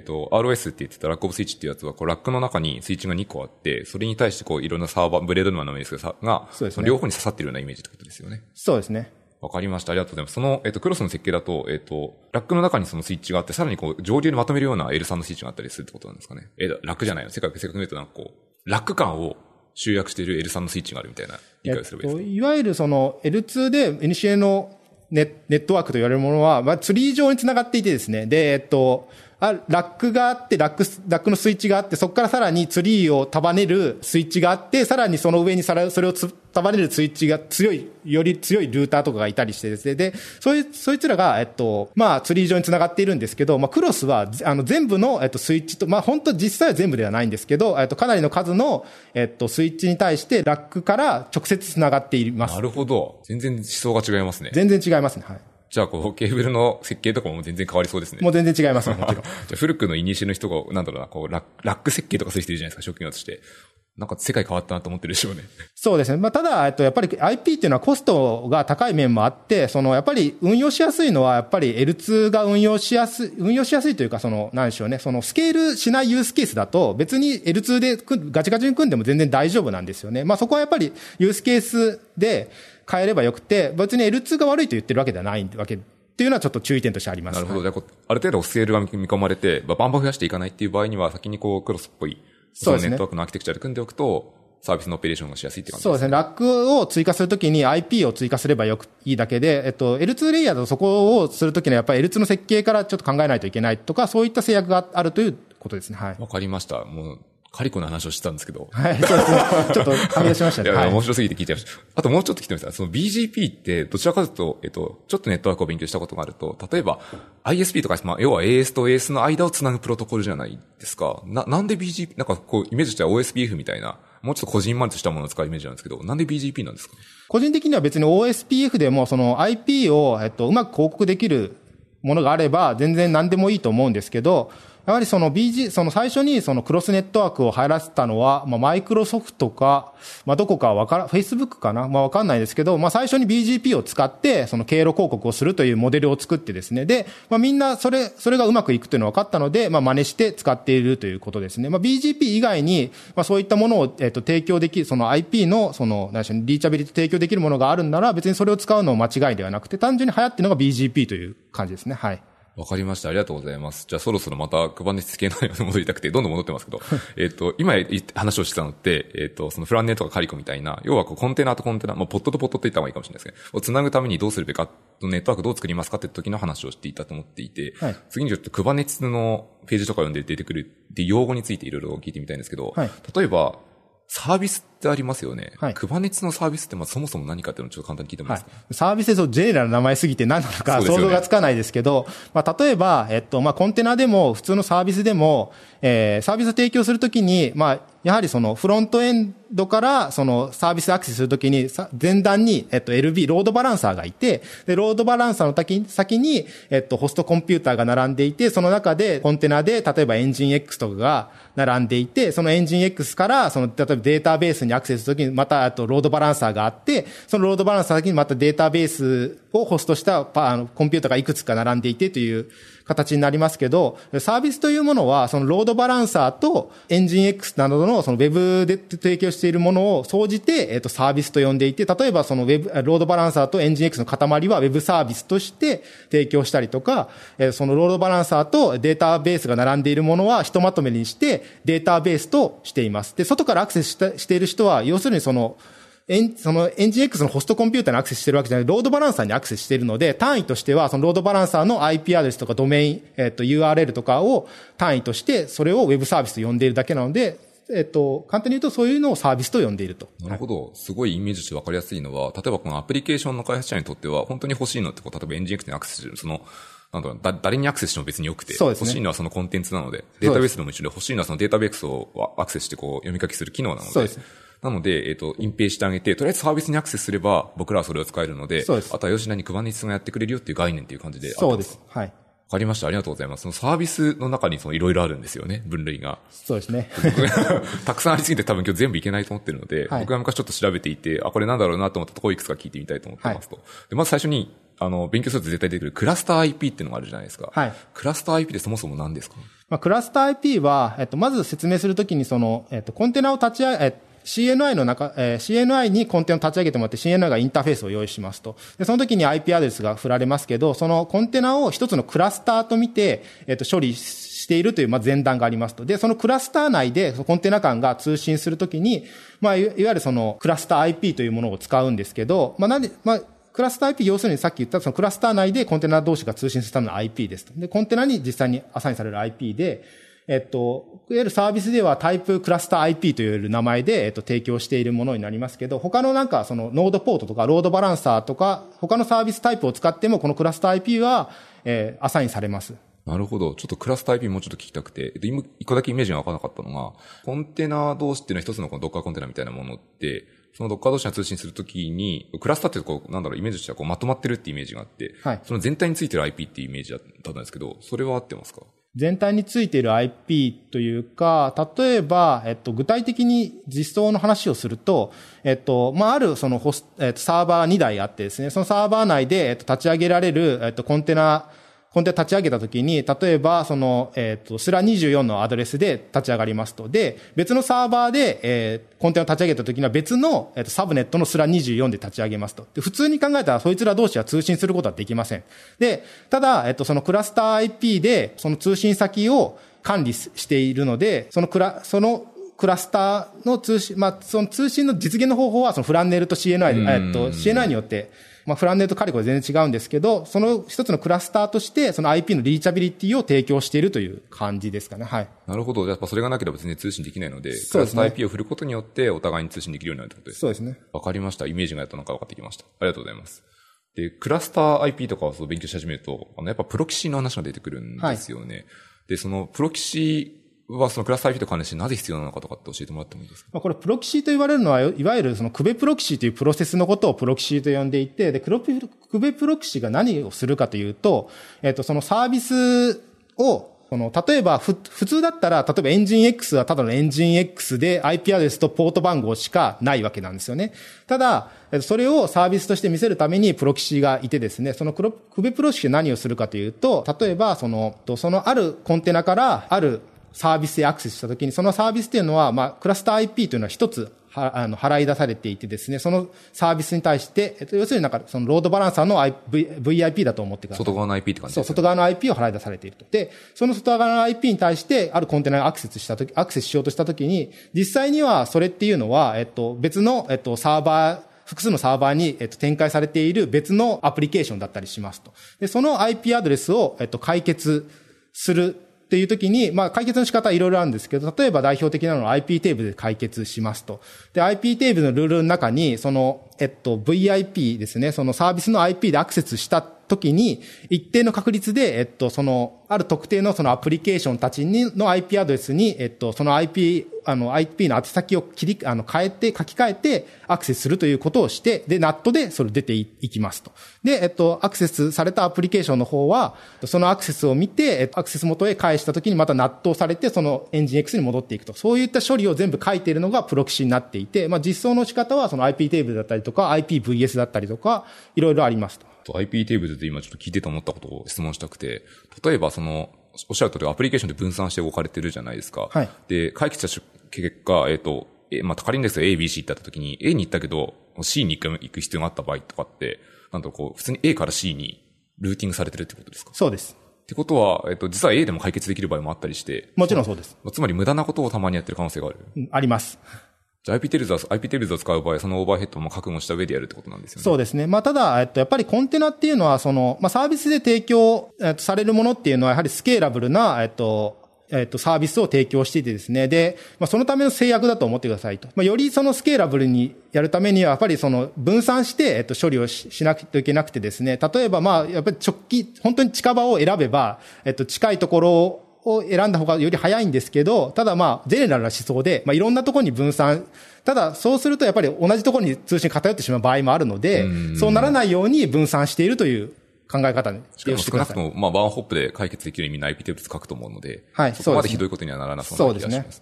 ROS って言ってたラックオブスイッチっていうやつは、ラックの中にスイッチが2個あって、それに対していろんなサーバー、ブレードマンの名前ですけど、が、 そうですね。 その両方に刺さってるようなイメージってことですよね。 そうですね。 わかりました。ありがとうございます。その、クロスの設計だと、ラックの中にそのスイッチがあって、さらに上流にまとめるような L3 のスイッチがあったりするってことなんですかね。ラックじゃないの。正確に言うとラック感を集約している L3 のスイッチがあるみたいな理解をすればいいですか。 いわゆるその L2 で NCA のネットワークと言われるものは、ツリー上につながっていてですね。で、ラックがあって、ラックのスイッチがあって、そこからさらにツリーを束ねるスイッチがあって、さらにその上にそれを束ねるスイッチがより強いルーターとかがいたりしてですね。で、そいつらが、ツリー上につながっているんですけど、クロスは、全部の、スイッチと、本当実際は全部ではないんですけど、かなりの数の、スイッチに対してラックから直接つながっています。 なるほど。全然思想が違いますね。 全然違いますね。はい。 じゃあ、ケーブルの設計とかも全然変わりそうですね。 もう全然違いますね、もちろん。 じゃあ、古くのイニシの人が、ラック設計とかする人いるじゃないですか、職業として。世界変わったなと思ってるでしょうね。 そうですね。ただ、やっぱり IP っていうのはコストが高い面もあって、やっぱり運用しやすいのは、やっぱり L2 が運用しやすいというか、なんでしょうね。スケールしないユースケースだと、別に L2 でガチガチに組んでも全然大丈夫なんですよね。そこはやっぱりユースケースで変えればよくて、別に L2 が悪いと言ってるわけではないわけっていうのはちょっと注意点としてあります。 なるほど。じゃあ、ある程度スケールが見込まれて、バンバン増やしていかないっていう場合には、先にクロスっぽい、そのネットワークのアーキテクチャで組んでおくと、サービスのオペレーションがしやすいって感じですね。 そうですね。ラックを追加するときに IP を追加すればいいだけで、L2 レイヤーだとそこをするときにはやっぱり L2 の設計からちょっと考えないといけないとか、そういった制約があるということですね。はい。 わかりました。もう、カリコの話をしてたんですけど。 はい、そうですね。ちょっとはみ出しましたね。 いや、面白すぎて聞いちゃいました。あともうちょっと聞いてました。その BGP って、どちらかというと、ちょっとネットワークを勉強したことがあると、例えば ISP とか、要は AS と AS の間をつなぐプロトコルじゃないですか。なんで BGP、イメージとしては OSPF みたいな、もうちょっとこじんまりとしたものを使うイメージなんですけど、なんで BGP なんですか？ 個人的には別に OSPF でも、IP を、うまく広告できるものがあれば、全然何でもいいと思うんですけど、やはり最初にクロスネットワークを入らせたのは、マイクロソフトか、どこかFacebook かなわかんないですけど、最初に BGP を使って、経路広告をするというモデルを作ってですね。で、みんなそれがうまくいくというのが分かったので、真似して使っているということですね。BGP 以外に、そういったものを、提供できる、IP の、リーチャビリティ提供できるものがあるんなら、別にそれを使うのも間違いではなくて、単純に流行っているのが BGP という感じですね。はい。 わかりました。ありがとうございます。じゃあそろそろまた Kubernetes 系のように戻りたくて、どんどん戻ってますけど、今話をしてたのって、そのフランネとかカリコみたいな、要はコンテナとコンテナ、ポットとポットって言った方がいいかもしれないですね。をつなぐためにどうするべか、ネットワークどう作りますかって時の話をしていたと思っていて、はい、次にちょっと Kubernetes のページとか読んで出てくるって用語についていろいろ聞いてみたいんですけど、はい、例えば、サービスってありますよね。はい。Kubernetes のサービスってそもそも何かっていうのをちょっと簡単に聞いてもいいですか？はい。 サービスでジェネラルな名前すぎて何なのか想像がつかないですけど、例えば、コンテナでも普通のサービスでも、サービスを提供するときに、やはりフロントエンドからサービスアクセスするときに、前段に、LB、ロードバランサーがいて、で、ロードバランサーの先に、ホストコンピューターが並んでいて、その中でコンテナで、例えばエンジン X とかが並んでいて、そのエンジン X から、例えばデータベースにアクセスするときに、また、ロードバランサーがあって、そのロードバランサー先にまたデータベースをホストしたコンピューターがいくつか並んでいてという形になりますけど、サービスというものは、ロードバランサーとエンジン X などのウェブで提供しているものを総じて、サービスと呼んでいて、例えばロードバランサーとエンジン X の塊はウェブサービスとして提供したりとか、そのロードバランサーとデータベースが並んでいるものはひとまとめにしてデータベースとしています。で、外からアクセスしている人は、要するにエンジン X のホストコンピューターにアクセスしてるわけじゃない、ロードバランサーにアクセスしているので、単位としては、ロードバランサーの IP アドレスとかドメイン、URL とかを単位として、それをウェブサービスと呼んでいるだけなので、簡単に言うとそういうのをサービスと呼んでいると。 なるほど。すごいイメージして分かりやすいのは、例えばこのアプリケーションの開発者にとっては、本当に欲しいのって例えばエンジン X にアクセスする、誰にアクセスしても別に良くて、 そうですね、 欲しいのはそのコンテンツなので、データベースでも一緒で欲しいのはそのデータベースをアクセスして読み書きする機能なので、 そうです。 なので、隠蔽してあげて、とりあえずサービスにアクセスすれば、僕らはそれを使えるので、 そうです。 あとは吉田にKubernetesがやってくれるよっていう概念っていう感じで。 そうです。はい。 わかりました。ありがとうございます。そのサービスの中にいろいろあるんですよね、分類が。 そうですね。 たくさんありすぎて多分今日全部いけないと思ってるので、はい、僕が昔ちょっと調べていて、これなんだろうなと思ったところをいくつか聞いてみたいと思ってますと。はい、でまず最初に、 勉強すると絶対出てくるクラスター IP っていうのがあるじゃないですか。 はい。 クラスター IP ってそもそも何ですか？ クラスター IP は、まず説明するときにコンテナを立ち上げ、CNI の中、CNI にコンテナを立ち上げてもらって CNI がインターフェースを用意しますと。で、その時に IP アドレスが振られますけど、そのコンテナを一つのクラスターと見て、処理しているという、前段がありますと。で、そのクラスター内で、コンテナ間が通信するときに、いわゆるクラスター IP というものを使うんですけど、クラスター IP、要するにさっき言ったそのクラスター内でコンテナ同士が通信するための IP ですと。で、コンテナに実際にアサインされる IP で、いわゆるサービスではタイプクラスター IP という名前で、提供しているものになりますけど、他のノードポートとかロードバランサーとか、他のサービスタイプを使っても、このクラスター IP は、アサインされます。 なるほど。ちょっとクラスター IP もうちょっと聞きたくて、今、一個だけイメージがわからなかったのが、コンテナ同士っていうのは一つのこのドッカーコンテナみたいなものって、そのドッカー同士が通信するときに、クラスターってイメージとしてはまとまってるってイメージがあって、はい、その全体についてる IP っていうイメージだったんですけど、それは合ってますか？ 全体についている IP というか、例えば、具体的に実装の話をすると、あるサーバー2台あってですね、そのサーバー内で、立ち上げられる、コンテナ立ち上げたときに、例えば、スラ24のアドレスで立ち上がりますと。で、別のサーバーで、コンテナを立ち上げたときには別の、サブネットのスラ24で立ち上げますと。で、普通に考えたらそいつら同士は通信することはできません。で、ただ、そのクラスター IP で、その通信先を管理しているので、そのクラスターの通信、その通信の実現の方法は、フランネルと CNI によって、フランネルとカリコで全然違うんですけど、その一つのクラスターとして、その IP のリーチャビリティを提供しているという感じですかね。はい。 なるほど。やっぱそれがなければ全然通信できないので、クラスター IP を振ることによってお互いに通信できるようになるってことですね。 そうですね。 わかりました。イメージがやっと分かってきました。ありがとうございます。で、クラスター IP とかを勉強し始めると、やっぱプロキシの話が出てくるんですよね。はい、で、そのプロキシはそのクラスター IP と関連してなぜ必要なのかとかって教えてもらってもいいですか？ これプロキシと言われるのは、いわゆるクベプロキシというプロセスのことをプロキシと呼んでいて、で、クベプロキシが何をするかというと、そのサービスを、例えば、普通だったら、例えばエンジン X はただのエンジン X で IP アドレスとポート番号しかないわけなんですよね。ただ、それをサービスとして見せるためにプロキシがいてですね、そのクベプロキシが何をするかというと、例えば、そのあるコンテナからあるサービスへアクセスしたときに、そのサービスっていうのは、クラスター IP というのは一つ、払い出されていてですね、そのサービスに対して、要するにそのロードバランサーの VIP だと思ってください。 外側の IP って感じですね。 そう、外側の IP を払い出されていると。で、その外側の IP に対して、あるコンテナがアクセスしようとしたときに、実際にはそれっていうのは、別の、複数のサーバーに、展開されている別のアプリケーションだったりしますと。で、その IP アドレスを、解決するっていう時に、解決の仕方はいろいろあるんですけど、例えば代表的なのは IP テーブルで解決しますと。で、IP テーブルのルールの中に、VIP ですね、そのサービスの IP でアクセスした時に、一定の確率で、ある特定のそのアプリケーションたちの IP アドレスに、その IP の宛先を書き換えてアクセスするということをして、で、NAT でそれ出ていきますと。で、アクセスされたアプリケーションの方は、そのアクセスを見て、アクセス元へ返したときにまたNATをされて、そのエンジン X に戻っていくと。そういった処理を全部書いているのがプロキシになっていて、実装の仕方はその IP テーブルだったりとか、IPVS だったりとか、いろいろありますと。 IP テーブルで今ちょっと聞いてて思ったことを質問したくて、例えばおっしゃる通りアプリケーションで分散して動かれてるじゃないですか。 はい。 で、解決した結果、仮にですよ A、B、C ってあった時に A に行ったけど C に行く必要があった場合とかって、普通に A から C にルーティングされてるってことですか？ そうです。 ってことは、実は A でも解決できる場合もあったりして。 もちろんそうです。 つまり無駄なことをたまにやってる可能性がある。 あります。 じゃあ IP テーブルを使う場合、そのオーバーヘッドも覚悟した上でやるってことなんですよね。 そうですね。ただ、やっぱりコンテナっていうのは、サービスで提供、されるものっていうのは、やはりスケーラブルな、サービスを提供していてですね。で、そのための制約だと思ってくださいと。よりそのスケーラブルにやるためには、やっぱり分散して、処理をしなきゃいけなくてですね。例えば、やっぱり本当に近場を選べば、近いところを選んだ方がより早いんですけど、ただゼネラルな思想で、いろんなところに分散、ただそうするとやっぱり同じところに通信偏ってしまう場合もあるので、そうならないように分散しているという考え方にしてください。 少なくとも、ワンホップで解決できる意味の IP テーブル書くと思うので、 はい、 そこまでひどいことにはならなそうな気がしますね。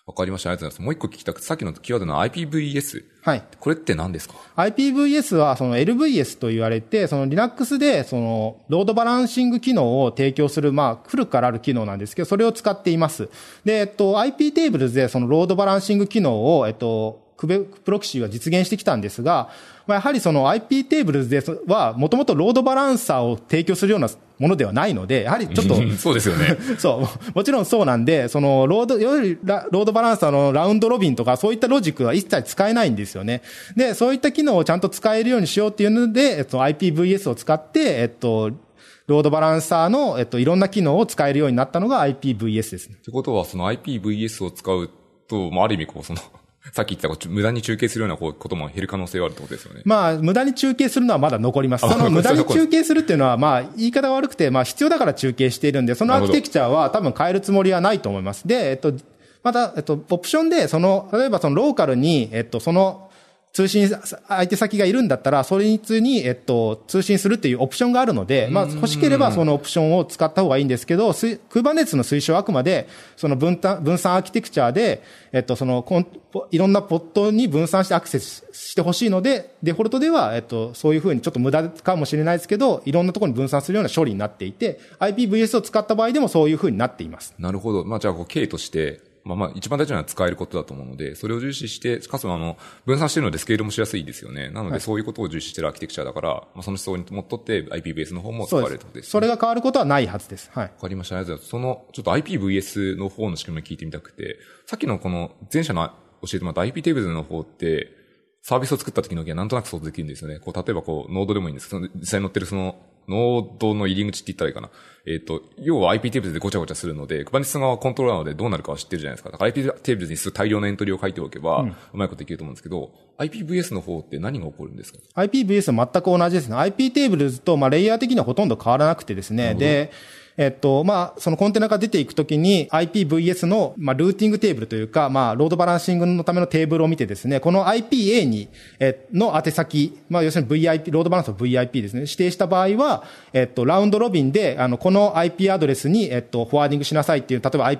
わかりました。ありがとうございます。もう一個聞きたくて、さっきのキーワードの IPVS。 はい。 これって何ですか？ IPVS はその LVS と言われて、その Linux でそのロードバランシング機能を提供する、古くからある機能なんですけど、それを使っています。で、IP テーブルでそのロードバランシング機能を、プロキシーは実現してきたんですが、やはりその IP テーブルでは、もともとロードバランサーを提供するようなものではないので、やはりちょっと、 そうですよね。 そう、もちろんそうなんで、そのロードバランサーのラウンドロビンとか、そういったロジックは一切使えないんですよね。で、そういった機能をちゃんと使えるようにしようっていうので、IPVS を使って、ロードバランサーの、いろんな機能を使えるようになったのが IPVS ですね。 ってことは、その IPVS を使うと、ある意味さっき言った無駄に中継するようなことも減る可能性があるってことですよね。 無駄に中継するのはまだ残ります。その無駄に中継するっていうのは、言い方が悪くて、必要だから中継しているんで、そのアーキテクチャは多分変えるつもりはないと思います。で、また、オプションで、例えばそのローカルに、その、通信相手先がいるんだったら、それに通信するっていうオプションがあるので、欲しければそのオプションを使った方がいいんですけど、Kubernetes の推奨はあくまで、その分散アーキテクチャで、いろんなポットに分散してアクセスしてほしいので、デフォルトでは、そういうふうにちょっと無駄かもしれないですけど、いろんなところに分散するような処理になっていて、IPVS を使った場合でもそういうふうになっています。 なるほど。じゃあ、経として、一番大事なのは使えることだと思うので、それを重視して、かつ分散しているのでスケールもしやすいですよね。なので、そういうことを重視しているアーキテクチャだから、その思想にのっとって IPVS の方も使われるということですね。 それが変わることはないはずです。はい。 わかりました。ありがとうございます。ちょっと IPVS の方の仕組みを聞いてみたくて、さっきのこの前者の教えてもらった IP テーブルの方って、サービスを作った時の時はなんとなく想像できるんですよね。例えばノードでもいいんですけど、実際に載ってるその、ノードの入り口って言ったらいいかな。要は IP テーブルでごちゃごちゃするので、Kubernetes 側はコントローラーなのでどうなるかは知ってるじゃないですか。だから IP テーブルに大量のエントリーを書いておけば、うまいことできると思うんですけど、IPVS の方って何が起こるんですか？ IPVS は全く同じですね。IP テーブルと、レイヤー的にはほとんど変わらなくてですね。で、そのコンテナが出ていくときに IPVS の、ルーティングテーブルというか、ロードバランシングのためのテーブルを見てですね、この IPA に、の宛先、要するに VIP、ロードバランスの VIP ですね、指定した場合は、ラウンドロビンで、この IP アドレスに、フォワーディングしなさいっていう、例えば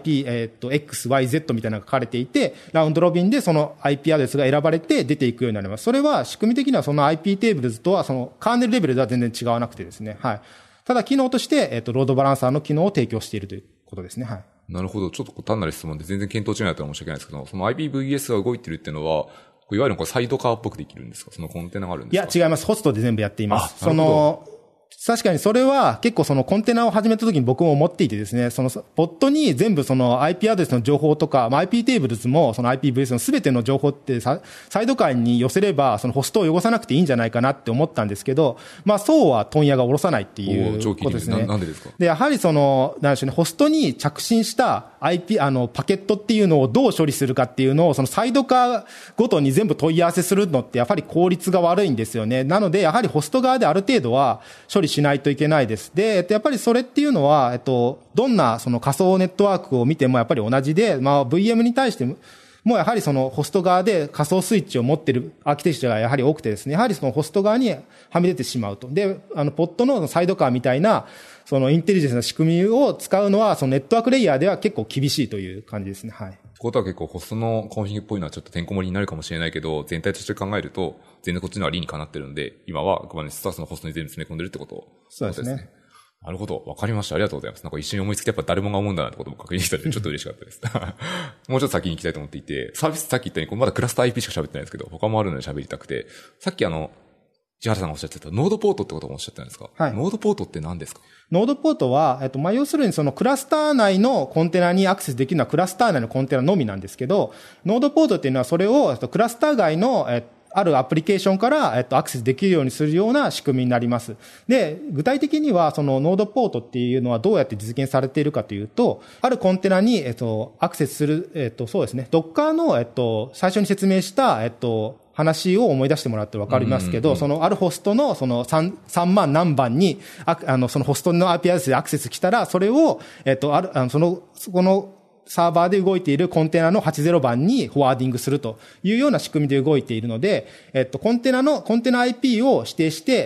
IP、XYZ みたいなのが書かれていて、ラウンドロビンでその IP アドレスが選ばれて出ていくようになります。それは仕組み的にはその IP テーブルズとはそのカーネルレベルでは全然違わなくてですね、はい。ただ機能として、ロードバランサーの機能を提供しているということですね。はい。 なるほど。ちょっと単なる質問で全然検討違いだったら申し訳ないですけど、その IPVS が動いてるっていうのは、いわゆるサイドカーっぽくできるんですか？そのコンテナがあるんですか？ いや、違います。ホストで全部やっています。確かにそれは結構そのコンテナを始めた時に僕も思っていてですね、そのポットに全部その IP アドレスの情報とか、IP テーブルズもその IPVS の全ての情報ってサイド間に寄せればそのホストを汚さなくていいんじゃないかなって思ったんですけど、そうは問屋が下ろさないっていうことですね。 なんでですか？ で、やはりなんでしょうね、ホストに着信したIP、パケットっていうのをどう処理するかっていうのをそのサイドカーごとに全部問い合わせするのってやっぱり効率が悪いんですよね。なので、やはりホスト側である程度は処理しないといけないです。で、やっぱりそれっていうのは、どんなその仮想ネットワークを見てもやっぱり同じで、VM に対してもやはりそのホスト側で仮想スイッチを持っているアーキテクチャがやはり多くてですね、やはりそのホスト側にはみ出てしまうと。で、ポットのサイドカーみたいな、そのインテリジェンスな仕組みを使うのは、そのネットワークレイヤーでは結構厳しいという感じですね。はい。ってことは結構ホストのコンフィグっぽいのはちょっとてんこ盛りになるかもしれないけど、全体として考えると、全然こっちのは理にかなってるんで、今はKubernetesはそのホストに全部詰め込んでるってことそうですね。 なるほど。わかりました。ありがとうございます。なんか一緒に思いつきてやっぱ誰もが思うんだなってことも確認したので、ちょっと嬉しかったです。もうちょっと先に行きたいと思っていて、サービスさっき言ったように、まだクラスター IP しか喋ってないんですけど、他もあるので喋りたくて、さっき千原さんがおっしゃってたノードポートってこともおっしゃってたんですか？はい。ノードポートって何ですか？ ノードポートは、要するにそのクラスター内のコンテナにアクセスできるのはクラスター内のコンテナのみなんですけど、ノードポートっていうのはそれをクラスター外の、あるアプリケーションから、アクセスできるようにするような仕組みになります。で、具体的には、そのノードポートっていうのはどうやって実現されているかというと、あるコンテナに、アクセスする、そうですね、Docker の、最初に説明した、話を思い出してもらって分かりますけど、そのあるホストのその3万何番に、そのホストの IP アドレスでアクセス来たら、それを、そこのサーバーで動いているコンテナの80番にフォワーディングするというような仕組みで動いているので、コンテナ IP を指定して、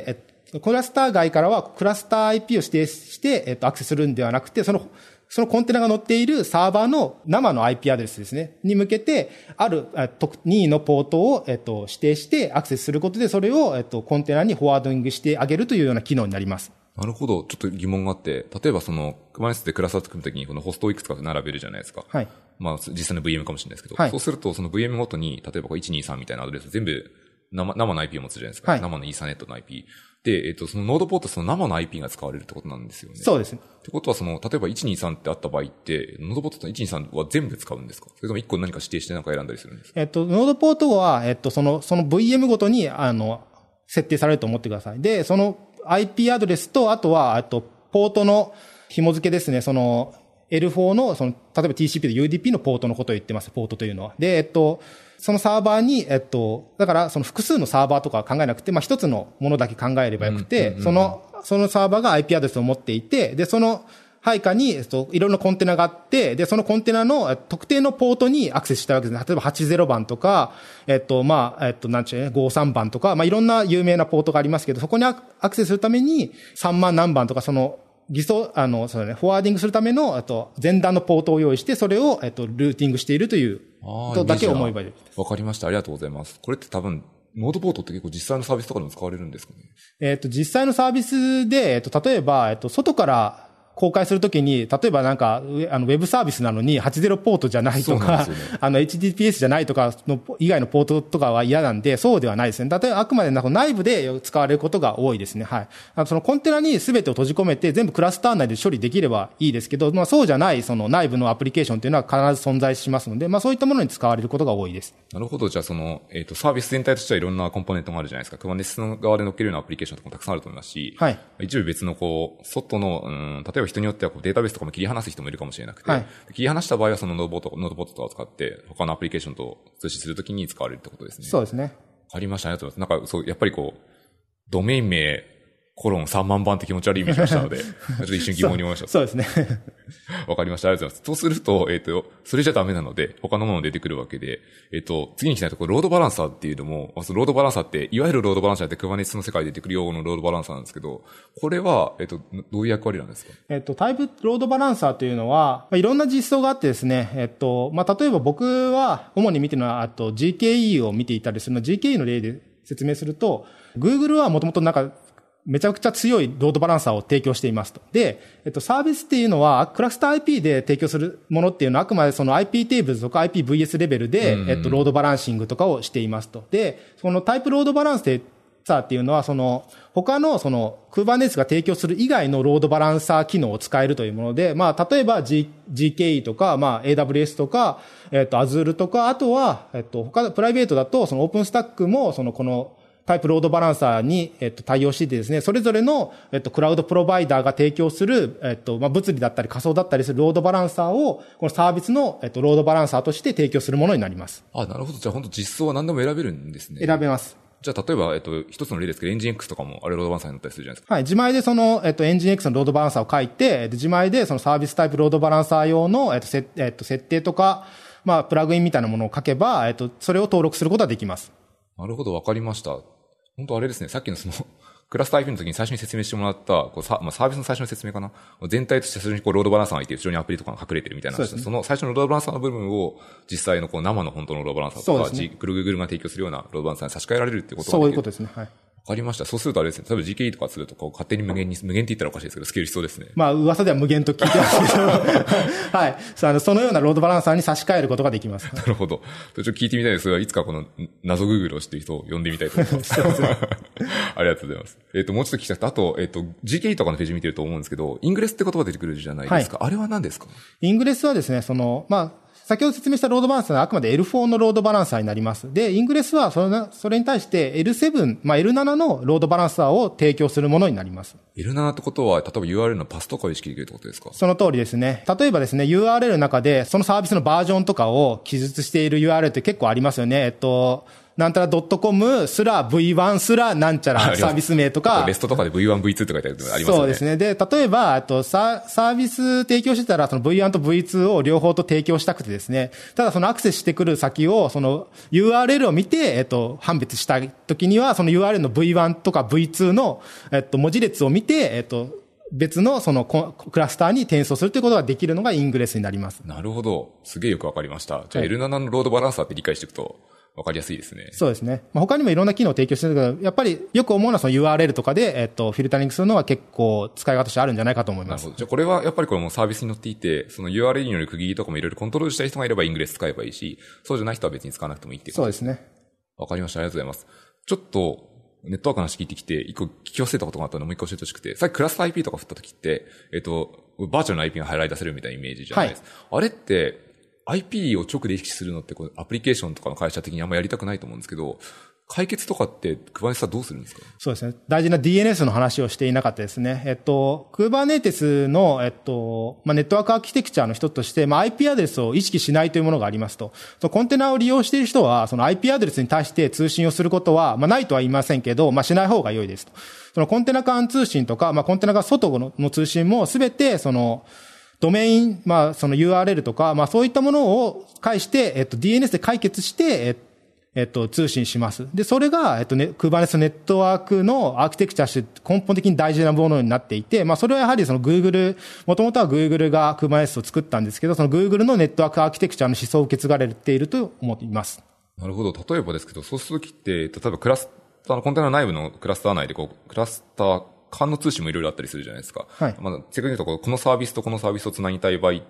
クラスター外からはクラスター IP を指定して、アクセスするんではなくて、そのコンテナが載っているサーバーの生の IP アドレスですね、に向けて、ある任意のポートを、指定してアクセスすることで、それを、コンテナにフォワードングしてあげるというような機能になります。 なるほど。ちょっと疑問があって、例えばKubernetes でクラスター作るときにこのホストをいくつか並べるじゃないですか。はい。まあ、実際の VM かもしれないですけど、はい、そうするとその VM ごとに、例えば123みたいなアドレス全部生の IP を持つじゃないですか。はい。生のイーサネットの IP。で、そのノードポートその生の IP が使われるってことなんですよね。 そうですね。 ってことは例えば123ってあった場合って、ノードポートの123は全部使うんですか？それとも1個何か指定して何か選んだりするんですか？ ノードポートは、その VM ごとに、設定されると思ってください。で、その IP アドレスと、あとは、ポートの紐付けですね。L4 の、例えば TCP で UDP のポートのことを言ってます、ポートというのは。で、そのサーバーに、だから、複数のサーバーとかは考えなくて、まあ、一つのものだけ考えればよくて、そのサーバーが IP アドレスを持っていて、で、その配下に、いろんなコンテナがあって、で、そのコンテナの特定のポートにアクセスしたわけですね。例えば80番とか、まあ、なんちゅうね、53番とか、まあ、いろんな有名なポートがありますけど、そこにアクセスするために3万何番とか、偽装、そうね、フォワーディングするための、前段のポートを用意して、それを、ルーティングしているという、とだけ思えばいいです。 わかりました。ありがとうございます。これって多分、ノードポートって結構実際のサービスとかでも使われるんですかね？ 実際のサービスで、例えば、外から公開するときに、例えばなんか、ウェブサービスなのに80ポートじゃないとか、ね、HTTPS じゃないとかの以外のポートとかは嫌なんで、そうではないですね。例えばあくまで内部で使われることが多いですね。はい。そのコンテナに全てを閉じ込めて、全部クラスター内で処理できればいいですけど、まあそうじゃない、内部のアプリケーションというのは必ず存在しますので、まあそういったものに使われることが多いです。 なるほど。じゃあサービス全体としてはいろんなコンポーネントがあるじゃないですか。Kubernetes の側で乗っけるようなアプリケーションとかもたくさんあると思いますし、はい。一部別の外の、例えば人によってはデータベースとかも切り離す人もいるかもしれなくて、はい、切り離した場合はそのノードポートとかを使って他のアプリケーションと通信するときに使われるってことですね。 そうですね。 わかりました。ありがとうございます。なんかやっぱりドメイン名、3万番って気持ち悪い意味しましたので、ちょっと一瞬疑問に思いました。 そうですね。 わかりました。ありがとうございます。そうすると、それじゃダメなので、他のもの出てくるわけで、次に来たいところ、ロードバランサーっていうのも、そのロードバランサーって、いわゆるロードバランサーって Kubernetes の世界で出てくる用語のロードバランサーなんですけど、これは、どういう役割なんですか？ タイプロードバランサーというのは、いろんな実装があってですね、まあ、例えば僕は、主に見てるのは、GKE を見ていたりするの、GKE の例で説明すると、Google はもともとめちゃくちゃ強いロードバランサーを提供していますと。で、サービスっていうのは、クラスター IP で提供するものっていうのは、あくまでIP テーブルとか IPVS レベルで、ロードバランシングとかをしていますと。で、そのタイプロードバランサーっていうのは、他のKubernetes が提供する以外のロードバランサー機能を使えるというもので、まあ、例えば GKE とか、まあ、AWS とか、Azure とか、あとは、プライベートだと、OpenStack も、この、タイプロードバランサーに、対応していてですね、それぞれの、クラウドプロバイダーが提供する、まあ、物理だったり仮想だったりするロードバランサーを、このサービスの、ロードバランサーとして提供するものになります。 あ、なるほど。じゃあ本当実装は何でも選べるんですね。 選べます。 じゃあ例えば、一つの例ですけど、エンジン X とかもあれロードバランサーになったりするじゃないですか。 はい。自前でエンジン X のロードバランサーを書いて、自前でサービスタイプロードバランサー用の、設定とか、まあ、プラグインみたいなものを書けば、それを登録することができます。 なるほど、わかりました。本当あれですね、さっきのクラスター IP の時に最初に説明してもらった、まあ、サービスの最初の説明かな。全体として最初にロードバランサーがいて、後ろにアプリとかが隠れてるみたいな。その最初のロードバランサーの部分を、実際の生の本当のロードバランサーとか、Google が提供するようなロードバランサーに差し替えられるっていうことができる。 そういうことですね。はい。 わかりました。そうするとあれですね、例えば GKE とかすると勝手に無限って言ったらおかしいですけど、スケールしそうですね。 まあ、噂では無限と聞いてますけど、はい。そのようなロードバランサーに差し替えることができます。 なるほど。ちょっと聞いてみたいです。いつかこの謎 Google を知っている人を呼んでみたいと思います。ありがとうございます。もうちょっと聞きたい。あと、GKE とかのページ見てると思うんですけど、イングレスって言葉出てくるじゃないですか。はい、あれは何ですか？ イングレスはですね、まあ、先ほど説明したロードバランサーはあくまで L4 のロードバランサーになります。で、イングレスはそれに対して L7、まあ L7 のロードバランサーを提供するものになります。 L7 ってことは、例えば URL のパスとかを意識できるってことですか？ その通りですね。例えばですね、URL の中でそのサービスのバージョンとかを記述している URL って結構ありますよね。 なんたら .com すら V1 すらなんちゃらサービス名とか。 レストとかで V1、V2 って書いてあるのありますよね。 そうですね。で、例えば、サービス提供してたら、その V1 と V2 を両方と提供したくてですね、ただそのアクセスしてくる先を、その URL を見て、判別したいときには、その URL の V1 とか V2 の、文字列を見て、別のそのクラスターに転送するということができるのがイングレスになります。 なるほど。すげえよくわかりました。じゃあ L7 のロードバランサーって理解していくとわかりやすいですね。 そうですね。他にもいろんな機能を提供してるけど、やっぱりよく思うのはその URL とかで、フィルタリングするのは結構使い方としてあるんじゃないかと思います。 なるほど。じゃあこれはやっぱりこれもサービスに載っていて、その URL による区切りとかもいろいろコントロールしたい人がいればイングレス使えばいいし、そうじゃない人は別に使わなくてもいいっていうことですね。 そうですね。 わかりました。ありがとうございます。ちょっと、ネットワークの話聞いてきて、一個聞き忘れたことがあったのでもう一個教えてほしくて、さっきクラスター IP とか振った時って、バーチャルの IP がハイライトされるみたいなイメージじゃないですか。はい、あれって、IP を直で意識するのってアプリケーションとかの会社的にあんまやりたくないと思うんですけど、解決とかって Kubernetes はどうするんですか？ そうですね。大事な DNS の話をしていなかったですね。Kubernetes の、ネットワークアーキテクチャの一つとして、IP アドレスを意識しないというものがありますと。コンテナを利用している人は、その IP アドレスに対して通信をすることは、ないとは言いませんけど、しない方が良いですと。そのコンテナ間通信とか、コンテナが外の通信もすべて、その、ドメイン、その URL とか、そういったものを介して、DNS で解決して、通信します。で、それが、Kubernetes ネットワークのアーキテクチャとして根本的に大事なものになっていて、それはやはりその Google、もともとは Google が Kubernetes を作ったんですけど、その Google のネットワークアーキテクチャの思想を受け継がれていると思っています。 なるほど。例えばですけど、そうするときって、例えばクラスターのコンテナ内部のクラスター内でクラスター間の通信もいろいろあったりするじゃないですか。 はい。 正確に言うとこのサービスとこのサービスをつなぎたい場合って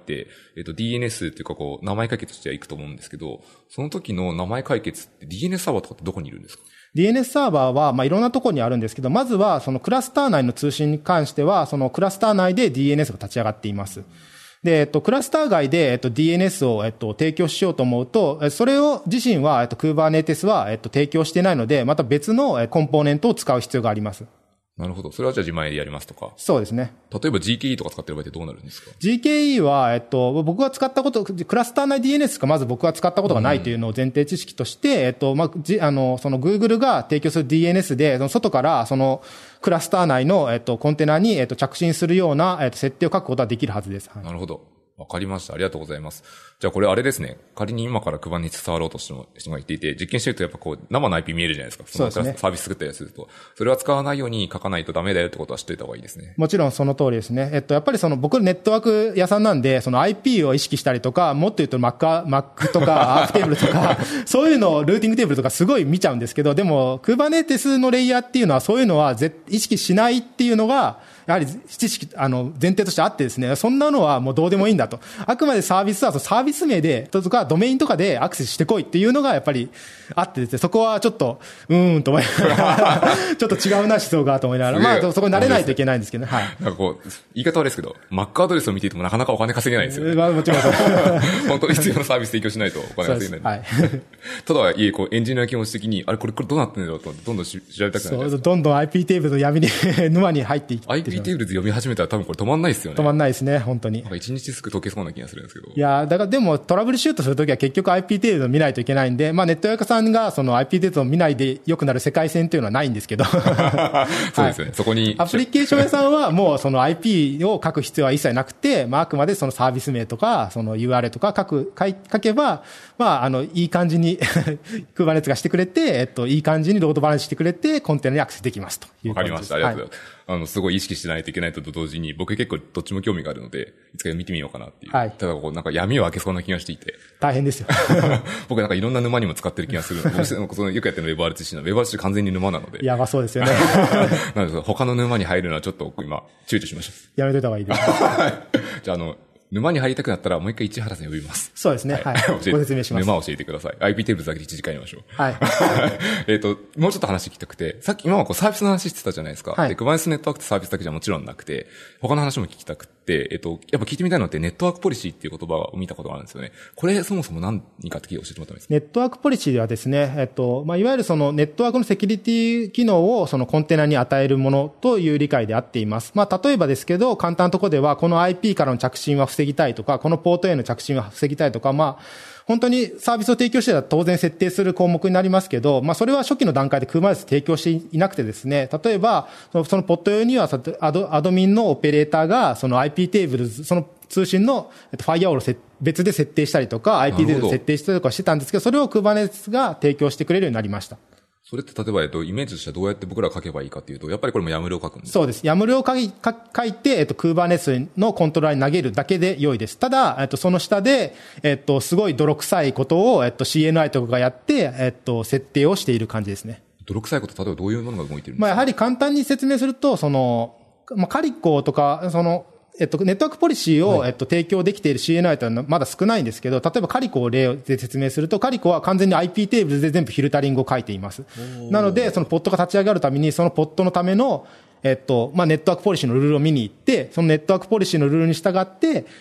、DNS っていうか名前解決してはいくと思うんですけど、その時の名前解決って DNS サーバーとかってどこにいるんですか？ DNS サーバーは、いろんなところにあるんですけど、まずは、そのクラスター内の通信に関しては、そのクラスター内で DNS が立ち上がっています。で、クラスター外で、DNS を、提供しようと思うと、それを自身は、Kubernetes は、提供していないので、また別のコンポーネントを使う必要があります。 なるほど。それはじゃあ自前でやりますとか。 そうですね。 例えば GKE とか使ってる場合ってどうなるんですか？ GKE は、僕が使ったこと、クラスター内 DNS しかまず僕が使ったことがないというのを前提知識として、その Google が提供する DNS で、その外からそのクラスター内の、コンテナに、着信するような、設定を書くことはできるはずです。はい、 なるほど。わかりました。ありがとうございます。じゃあこれあれですね。仮に今から Kubernetes 触ろうとしても人が言っていて、実験してるとやっぱ生の IP 見えるじゃないですか。 そうですね。 サービス作ったりすると。それは使わないように書かないとダメだよってことは知っておいた方がいいですね。 もちろんその通りですね。やっぱり僕ネットワーク屋さんなんで、その IP を意識したりとか、もっと言うと Mac とか、アークテーブルとか、そういうのをルーティングテーブルとかすごい見ちゃうんですけど、でも Kubernetes のレイヤーっていうのはそういうのは意識しないっていうのが、やはり知識、前提としてあってですね、そんなのはもうどうでもいいんだと。あくまでサービスはサービス名で、とかドメインとかでアクセスしてこいっていうのがやっぱりあってですね、そこはちょっと、と思いながら、ちょっと違うな思想がと思いながら、そこに慣れないといけないんですけどね、はい。 なんか言い方悪いですけど、Mac アドレスを見ていてもなかなかお金稼げないですよね。 もちろんそう。 本当に必要なサービス提供しないとお金稼げない。はい。ただはいえ、エンジニア気持ち的に、これどうなってんだろうと、どんどん調べたくなるじゃないですか。 どんどん IP テーブルの闇に、沼に入っていって。 IP テーブルで読み始めたら多分これ止まんないですよね。 止まんないですね、本当に。 なんか一日すぐ解けそうな気がするんですけど。 いや、だからでもトラブルシュートするときは結局 IP テーブルを見ないといけないんで、ネットワークさんがその IP テーブルを見ないで良くなる世界線っていうのはないんですけど。 そうですよね、はい、そこに。 アプリケーション屋さんはもうその IP を書く必要は一切なくて、あくまでそのサービス名とか、その URL とか書けば、いい感じにKubernetes がしてくれて、いい感じにロードバランスしてくれて、コンテナにアクセスできますという感じです。 わかりました。ありがとうございます。はい、すごい意識しないといけないと同時に、僕結構どっちも興味があるので、いつか見てみようかなっていう。はい。ただなんか闇を開けそうな気がしていて。 大変ですよ。 僕なんかいろんな沼にも使ってる気がする。僕よくやってるの WebRTC の WebRTC 完全に沼なので。 やばそうですよね。 なので他の沼に入るのはちょっと今、躊躇しました。 やめといた方がいいです。 じゃあ沼に入りたくなったらもう一回市原さん呼びます。 そうですね。はい。ご説明します。 沼を教えてください。IP テーブルだけで1時間やりましょう。 はい。 もうちょっと話聞きたくて、今はサービスの話してたじゃないですか。はい。で、Kubernetesネットワークってサービスだけじゃもちろんなくて、他の話も聞きたくて、やっぱ聞いてみたいのってネットワークポリシーっていう言葉を見たことがあるんですよね。これそもそも何かって教えてもらってもいいですか？ ネットワークポリシーではですね、いわゆるそのネットワークのセキュリティ機能をそのコンテナに与えるものという理解であっています。例えばですけど、簡単なところでは、この IP からの着信は防ぎたいとか、このポートへの着信は防ぎたいとか、 本当にサービスを提供してたら当然設定する項目になりますけど、それは初期の段階で Kubernetes 提供していなくてですね、例えば、そのポッド用にはアドミンのオペレーターがその IP テーブル、その通信のファイアウォールを別で設定したりとか、IP テーブルを設定したりとかしてたんですけど、それを Kubernetes が提供してくれるようになりました。 それって例えば、イメージとしてはどうやって僕ら書けばいいかっていうと、やっぱりこれもYAMLを書くんですか？ そうです。YAMLを書いて、Kubernetes のコントローラーに投げるだけで良いです。ただ、その下で、すごい泥臭いことを、CNI とかがやって、設定をしている感じですね。 泥臭いこと、例えばどういうものが動いてるんですか？ やはり簡単に説明すると、カリコとか、ネットワークポリシーを、提供できている CNI というのはまだ少ないんですけど、例えばカリコを例で説明すると、カリコは完全に IP テーブルで全部フィルタリングを書いています。なので、そのポッドが立ち上がるために、そのポッドのための、ネットワークポリシーのルールを見に行って、そのネットワークポリシーのルールに従って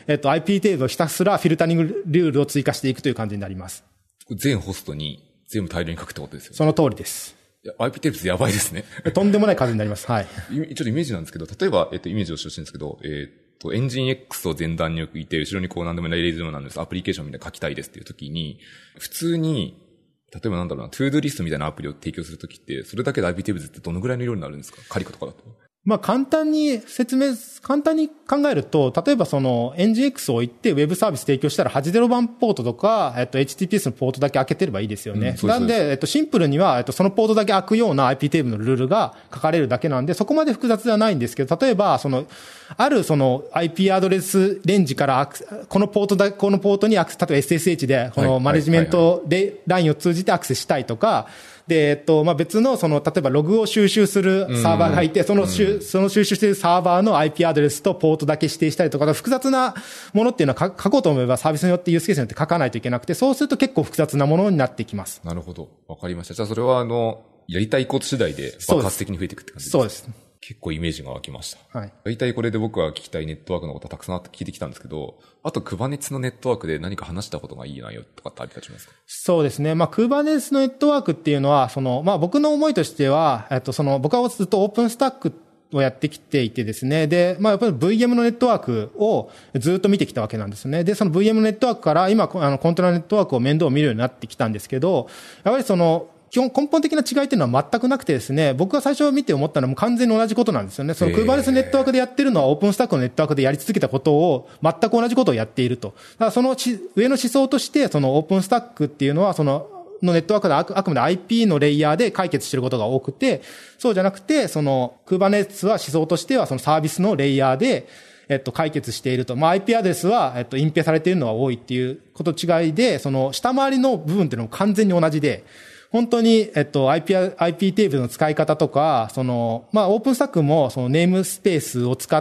、IP テーブルをひたすらフィルタリングルールを追加していくという感じになります。 全ホストに全部大量に書くってことですよね。 その通りです。 IP テーブルやばいですね。 とんでもない数になります。はい。 ちょっとイメージなんですけど、例えば、イメージをしてほしいんですけど、エンジン X を前段に置いて、後ろにこう何でもないレイズでもなんです。アプリケーションみたいな書きたいですっていう時に、普通に、例えばなんだろうな、トゥードゥリストみたいなアプリを提供するときって、それだけで IP テーブルってどのぐらいの量になるんですか？カリコとかだと。 簡単に考えると、例えばNGX を置いて Web サービス提供したら80番ポートとか、HTTPS のポートだけ開けてればいいですよね。なんで、シンプルには、そのポートだけ開くような IP テーブルのルールが書かれるだけなんで、そこまで複雑ではないんですけど、例えば、あるIP アドレスレンジから、このポートに例えば SSH で、このマネジメントラインを通じてアクセスしたいとか、で、別の、例えばログを収集するサーバーがいて、その収集しているサーバーの IP アドレスとポートだけ指定したりとか、複雑なものっていうのは書こうと思えばサービスによってユースケースによって書かないといけなくて、そうすると結構複雑なものになってきます。 なるほど。わかりました。じゃあそれはやりたいこと次第で爆発的に増えていくって感じですか？ そうです。 結構イメージが湧きました。 はい。 大体これで僕は聞きたいネットワークのことはたくさん聞いてきたんですけど、あと Kubernetes のネットワークで何か話したことがいいなよとかってあり立ちますか？ そうですね。Kubernetes のネットワークっていうのは、僕の思いとしては、僕はずっとオープンスタックをやってきていてですね。で、やっぱり VM のネットワークをずっと見てきたわけなんですね。で、その VM のネットワークから今、コントローラネットワークを面倒を見るようになってきたんですけど、やはり基本根本的な違いっていうのは全くなくてですね、僕が最初見て思ったのはもう完全に同じことなんですよね。Kubernetes ネットワークでやってるのはオープンスタックのネットワークでやり続けたことを全く同じことをやっていると。だから上の思想として、オープンスタックっていうのはのネットワークであくまで IP のレイヤーで解決していることが多くて、そうじゃなくて、Kubernetes は思想としてはサービスのレイヤーで、解決していると。IP アドレスは、隠蔽されているのが多いっていうこと違いで、下回りの部分っていうのも完全に同じで、本当に、IP テーブルの使い方とか、オープンスタックも、ネームスペースを使って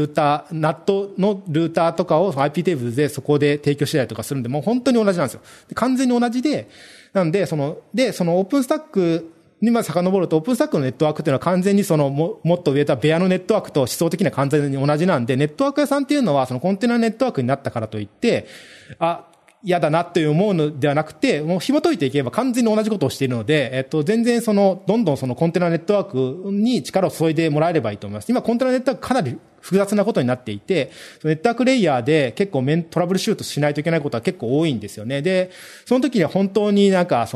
、NAT のルーターとかを IP テーブルでそこで提供したりとかするんで、もう本当に同じなんですよ。完全に同じで、なんで、オープンスタックに遡ると、オープンスタックのネットワークっていうのは完全にもっと上たベアのネットワークと思想的には完全に同じなんで、ネットワーク屋さんっていうのは、コンテナネットワークになったからといって、嫌だなって思うのではなくて、もう紐解いていけば完全に同じことをしているので、全然どんどんコンテナネットワークに力を注いでもらえればいいと思います。今コンテナネットワークかなり複雑なことになっていて、ネットワークレイヤーで結構トラブルシュートしないといけないことは結構多いんですよね。で、その時には本当に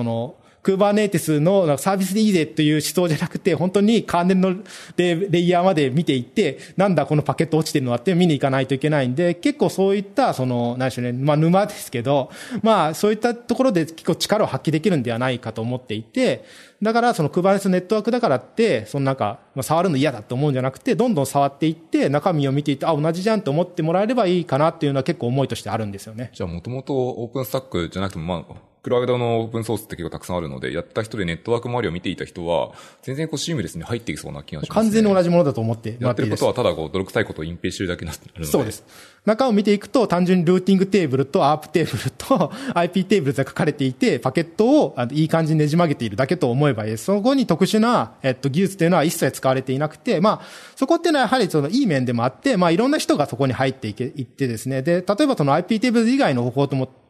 Kubernetes のサービスでいいぜという思想じゃなくて、本当にカーネルのレイヤーまで見ていって、なんだこのパケット落ちてるのはって見に行かないといけないんで、結構そういった、何でしょうね、沼ですけど、そういったところで結構力を発揮できるんではないかと思っていて、だからKubernetes ネットワークだからって、触るの嫌だと思うんじゃなくて、どんどん触っていって、中身を見ていって、同じじゃんと思ってもらえればいいかなっていうのは結構思いとしてあるんですよね。 じゃあもともとオープンスタックじゃなくても、クラウドのオープンソースって結構たくさんあるので、やった人でネットワーク周りを見ていた人は、全然シームレスに入っていきそうな気がしますね。 完全に同じものだと思ってやってることはただ泥臭いことを隠蔽してるだけになってるので。 そうです。中を見ていくと、単純にルーティングテーブルとアープテーブルと IP テーブルが書かれていて、パケットをいい感じにねじ曲げているだけと思えばいいです。そこに特殊な、技術というのは一切使われていなくて、そこっていうのはやはりいい面でもあって、いろんな人がそこに入っていってですね。で、例えばIP テーブル以外の方法とも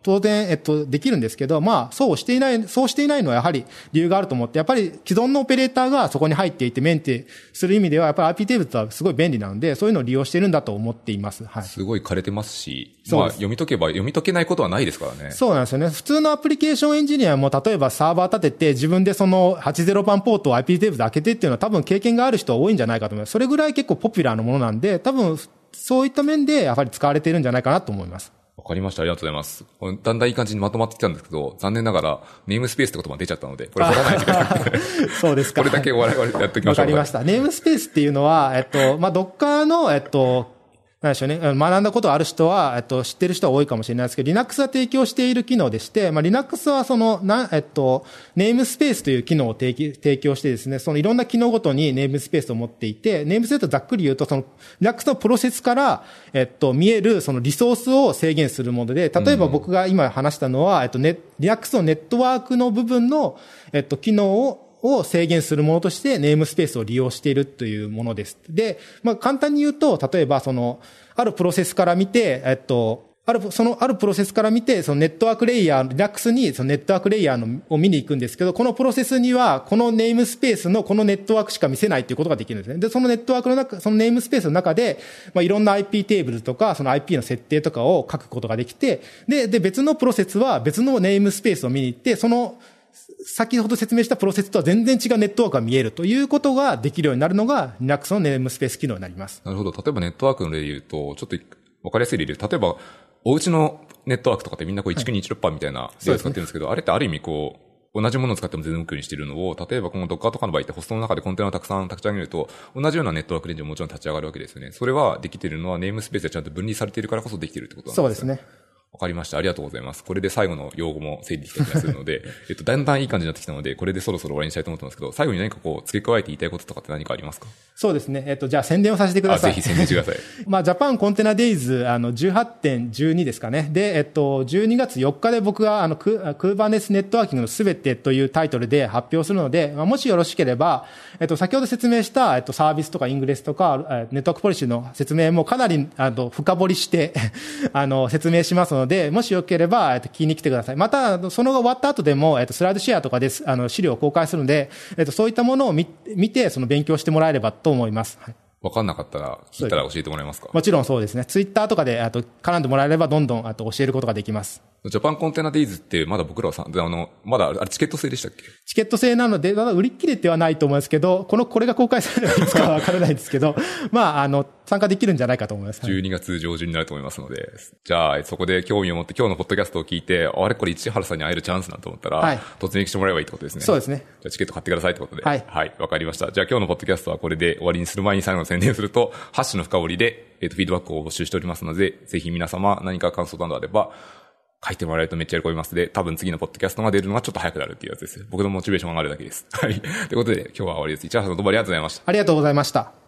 当然、できるんですけど、まあ、そうしていないのはやはり理由があると思って、やっぱり既存のオペレーターがそこに入っていてメンテする意味では、やっぱり IPTable はすごい便利なので、そういうのを利用しているんだと思っています。はい。 すごい枯れてますし、まあ、読み解けないことはないですからね。 そうなんですよね。普通のアプリケーションエンジニアも、例えばサーバー立てて、自分でその80番ポートを IPTable で開けてっていうのは多分経験がある人は多いんじゃないかと思います。それぐらい結構ポピュラーなものなんで、多分、そういった面でやはり使われているんじゃないかなと思います。 わかりました。ありがとうございます。だんだんいい感じにまとまってきたんですけど、残念ながらネームスペースって言葉出ちゃったので、これ掘らないでください。 そうですか。 これだけ我々やっておきましょう。 わかりました。ネームスペースっていうのは、まあ、Docker の、なんでしょうね。学んだことある人は、知ってる人は多いかもしれないですけど、Linux が提供している機能でして、まあ、Linux はその、ネームスペースという機能を提供してですね、そのいろんな機能ごとにネームスペースを持っていて、ネームスペースとざっくり言うと、その、Linux のプロセスから、見える、そのリソースを制限するもので、例えば僕が今話したのは、Linux のネットワークの部分の、機能を制限するものとしてネームスペースを利用しているというものです。で、まあ簡単に言うと、例えばその、あるプロセスから見て、あるプロセスから見て、そのネットワークレイヤー、Linux にそのネットワークレイヤーを見に行くんですけど、このプロセスには、このネームスペースのこのネットワークしか見せないということができるんですね。で、そのネットワークの中、そのネームスペースの中で、まあいろんな IP テーブルとか、その IP の設定とかを書くことができて、で、別のプロセスは別のネームスペースを見に行って、その、先ほど説明したプロセスとは全然違うネットワークが見えるということができるようになるのが Linux のネームスペース機能になります。 なるほど。例えばネットワークの例で言うと、ちょっとわかりやすい例で言う。例えば、お家のネットワークとかってみんなこう19216みたいな例を使ってるんですけど、あれってある意味こう、同じものを使っても全然無垢にしているのを、例えばこの Docker とかの場合ってホストの中でコンテナをたくさん立ち上げると、同じようなネットワークレンジももちろん立ち上がるわけですよね。それはできているのはネームスペースがちゃんと分離されているからこそできているってことなんですね。 そうですね。 わかりました。ありがとうございます。これで最後の用語も整理できた気がするので、だんだんいい感じになってきたので、これでそろそろ終わりにしたいと思ってますけど、最後に何かこう、付け加えて言いたいこととかって何かありますか？ そうですね。じゃあ宣伝をさせてください。 ぜひ宣伝してください。 まあ、ジャパンコンテナデイズ、18.12 ですかね。で、12月4日で僕が、Kubernetes ネットワーキングのすべてというタイトルで発表するので、まあ、もしよろしければ、先ほど説明した、サービスとかイングレスとか、ネットワークポリシーの説明もかなり、深掘りして説明しますので、もしよければ、聞きに来てください。また、そのが終わった後でも、スライドシェアとかで、資料を公開するので、そういったものを見て、その勉強してもらえればと思います。はい。 わかんなかったら、聞いたら教えてもらえますか？ もちろんそうですね。ツイッターとかで、絡んでもらえれば、どんどん、教えることができます。 ジャパンコンテナデイズって、まだ僕らはまだ、あれチケット制でしたっけ？ チケット制なので、まだ売り切れてはないと思いますけど、これが公開されるかいつかはわからないですけど、まあ、参加できるんじゃないかと思います。 12月上旬になると思いますので、じゃあ、そこで興味を持って今日のポッドキャストを聞いて、あれこれ市原さんに会えるチャンスなんて思ったら、はい、突撃してもらえばいいってことですね。 そうですね。 じゃあチケット買ってくださいってことで。 はい。 はい、わかりました。じゃあ今日のポッドキャストはこれで終わりにする前に最後の宣伝すると、ハッシュの深掘りで、フィードバックを募集しておりますので、ぜひ皆様何か感想などあれば、書いてもらえるとめっちゃ喜びますので、多分次のポッドキャストが出るのがちょっと早くなるっていうやつです。僕のモチベーションが上がるだけです。はい。ということで、今日は終わりです。市原さんどうもありがとうございました。 ありがとうございました。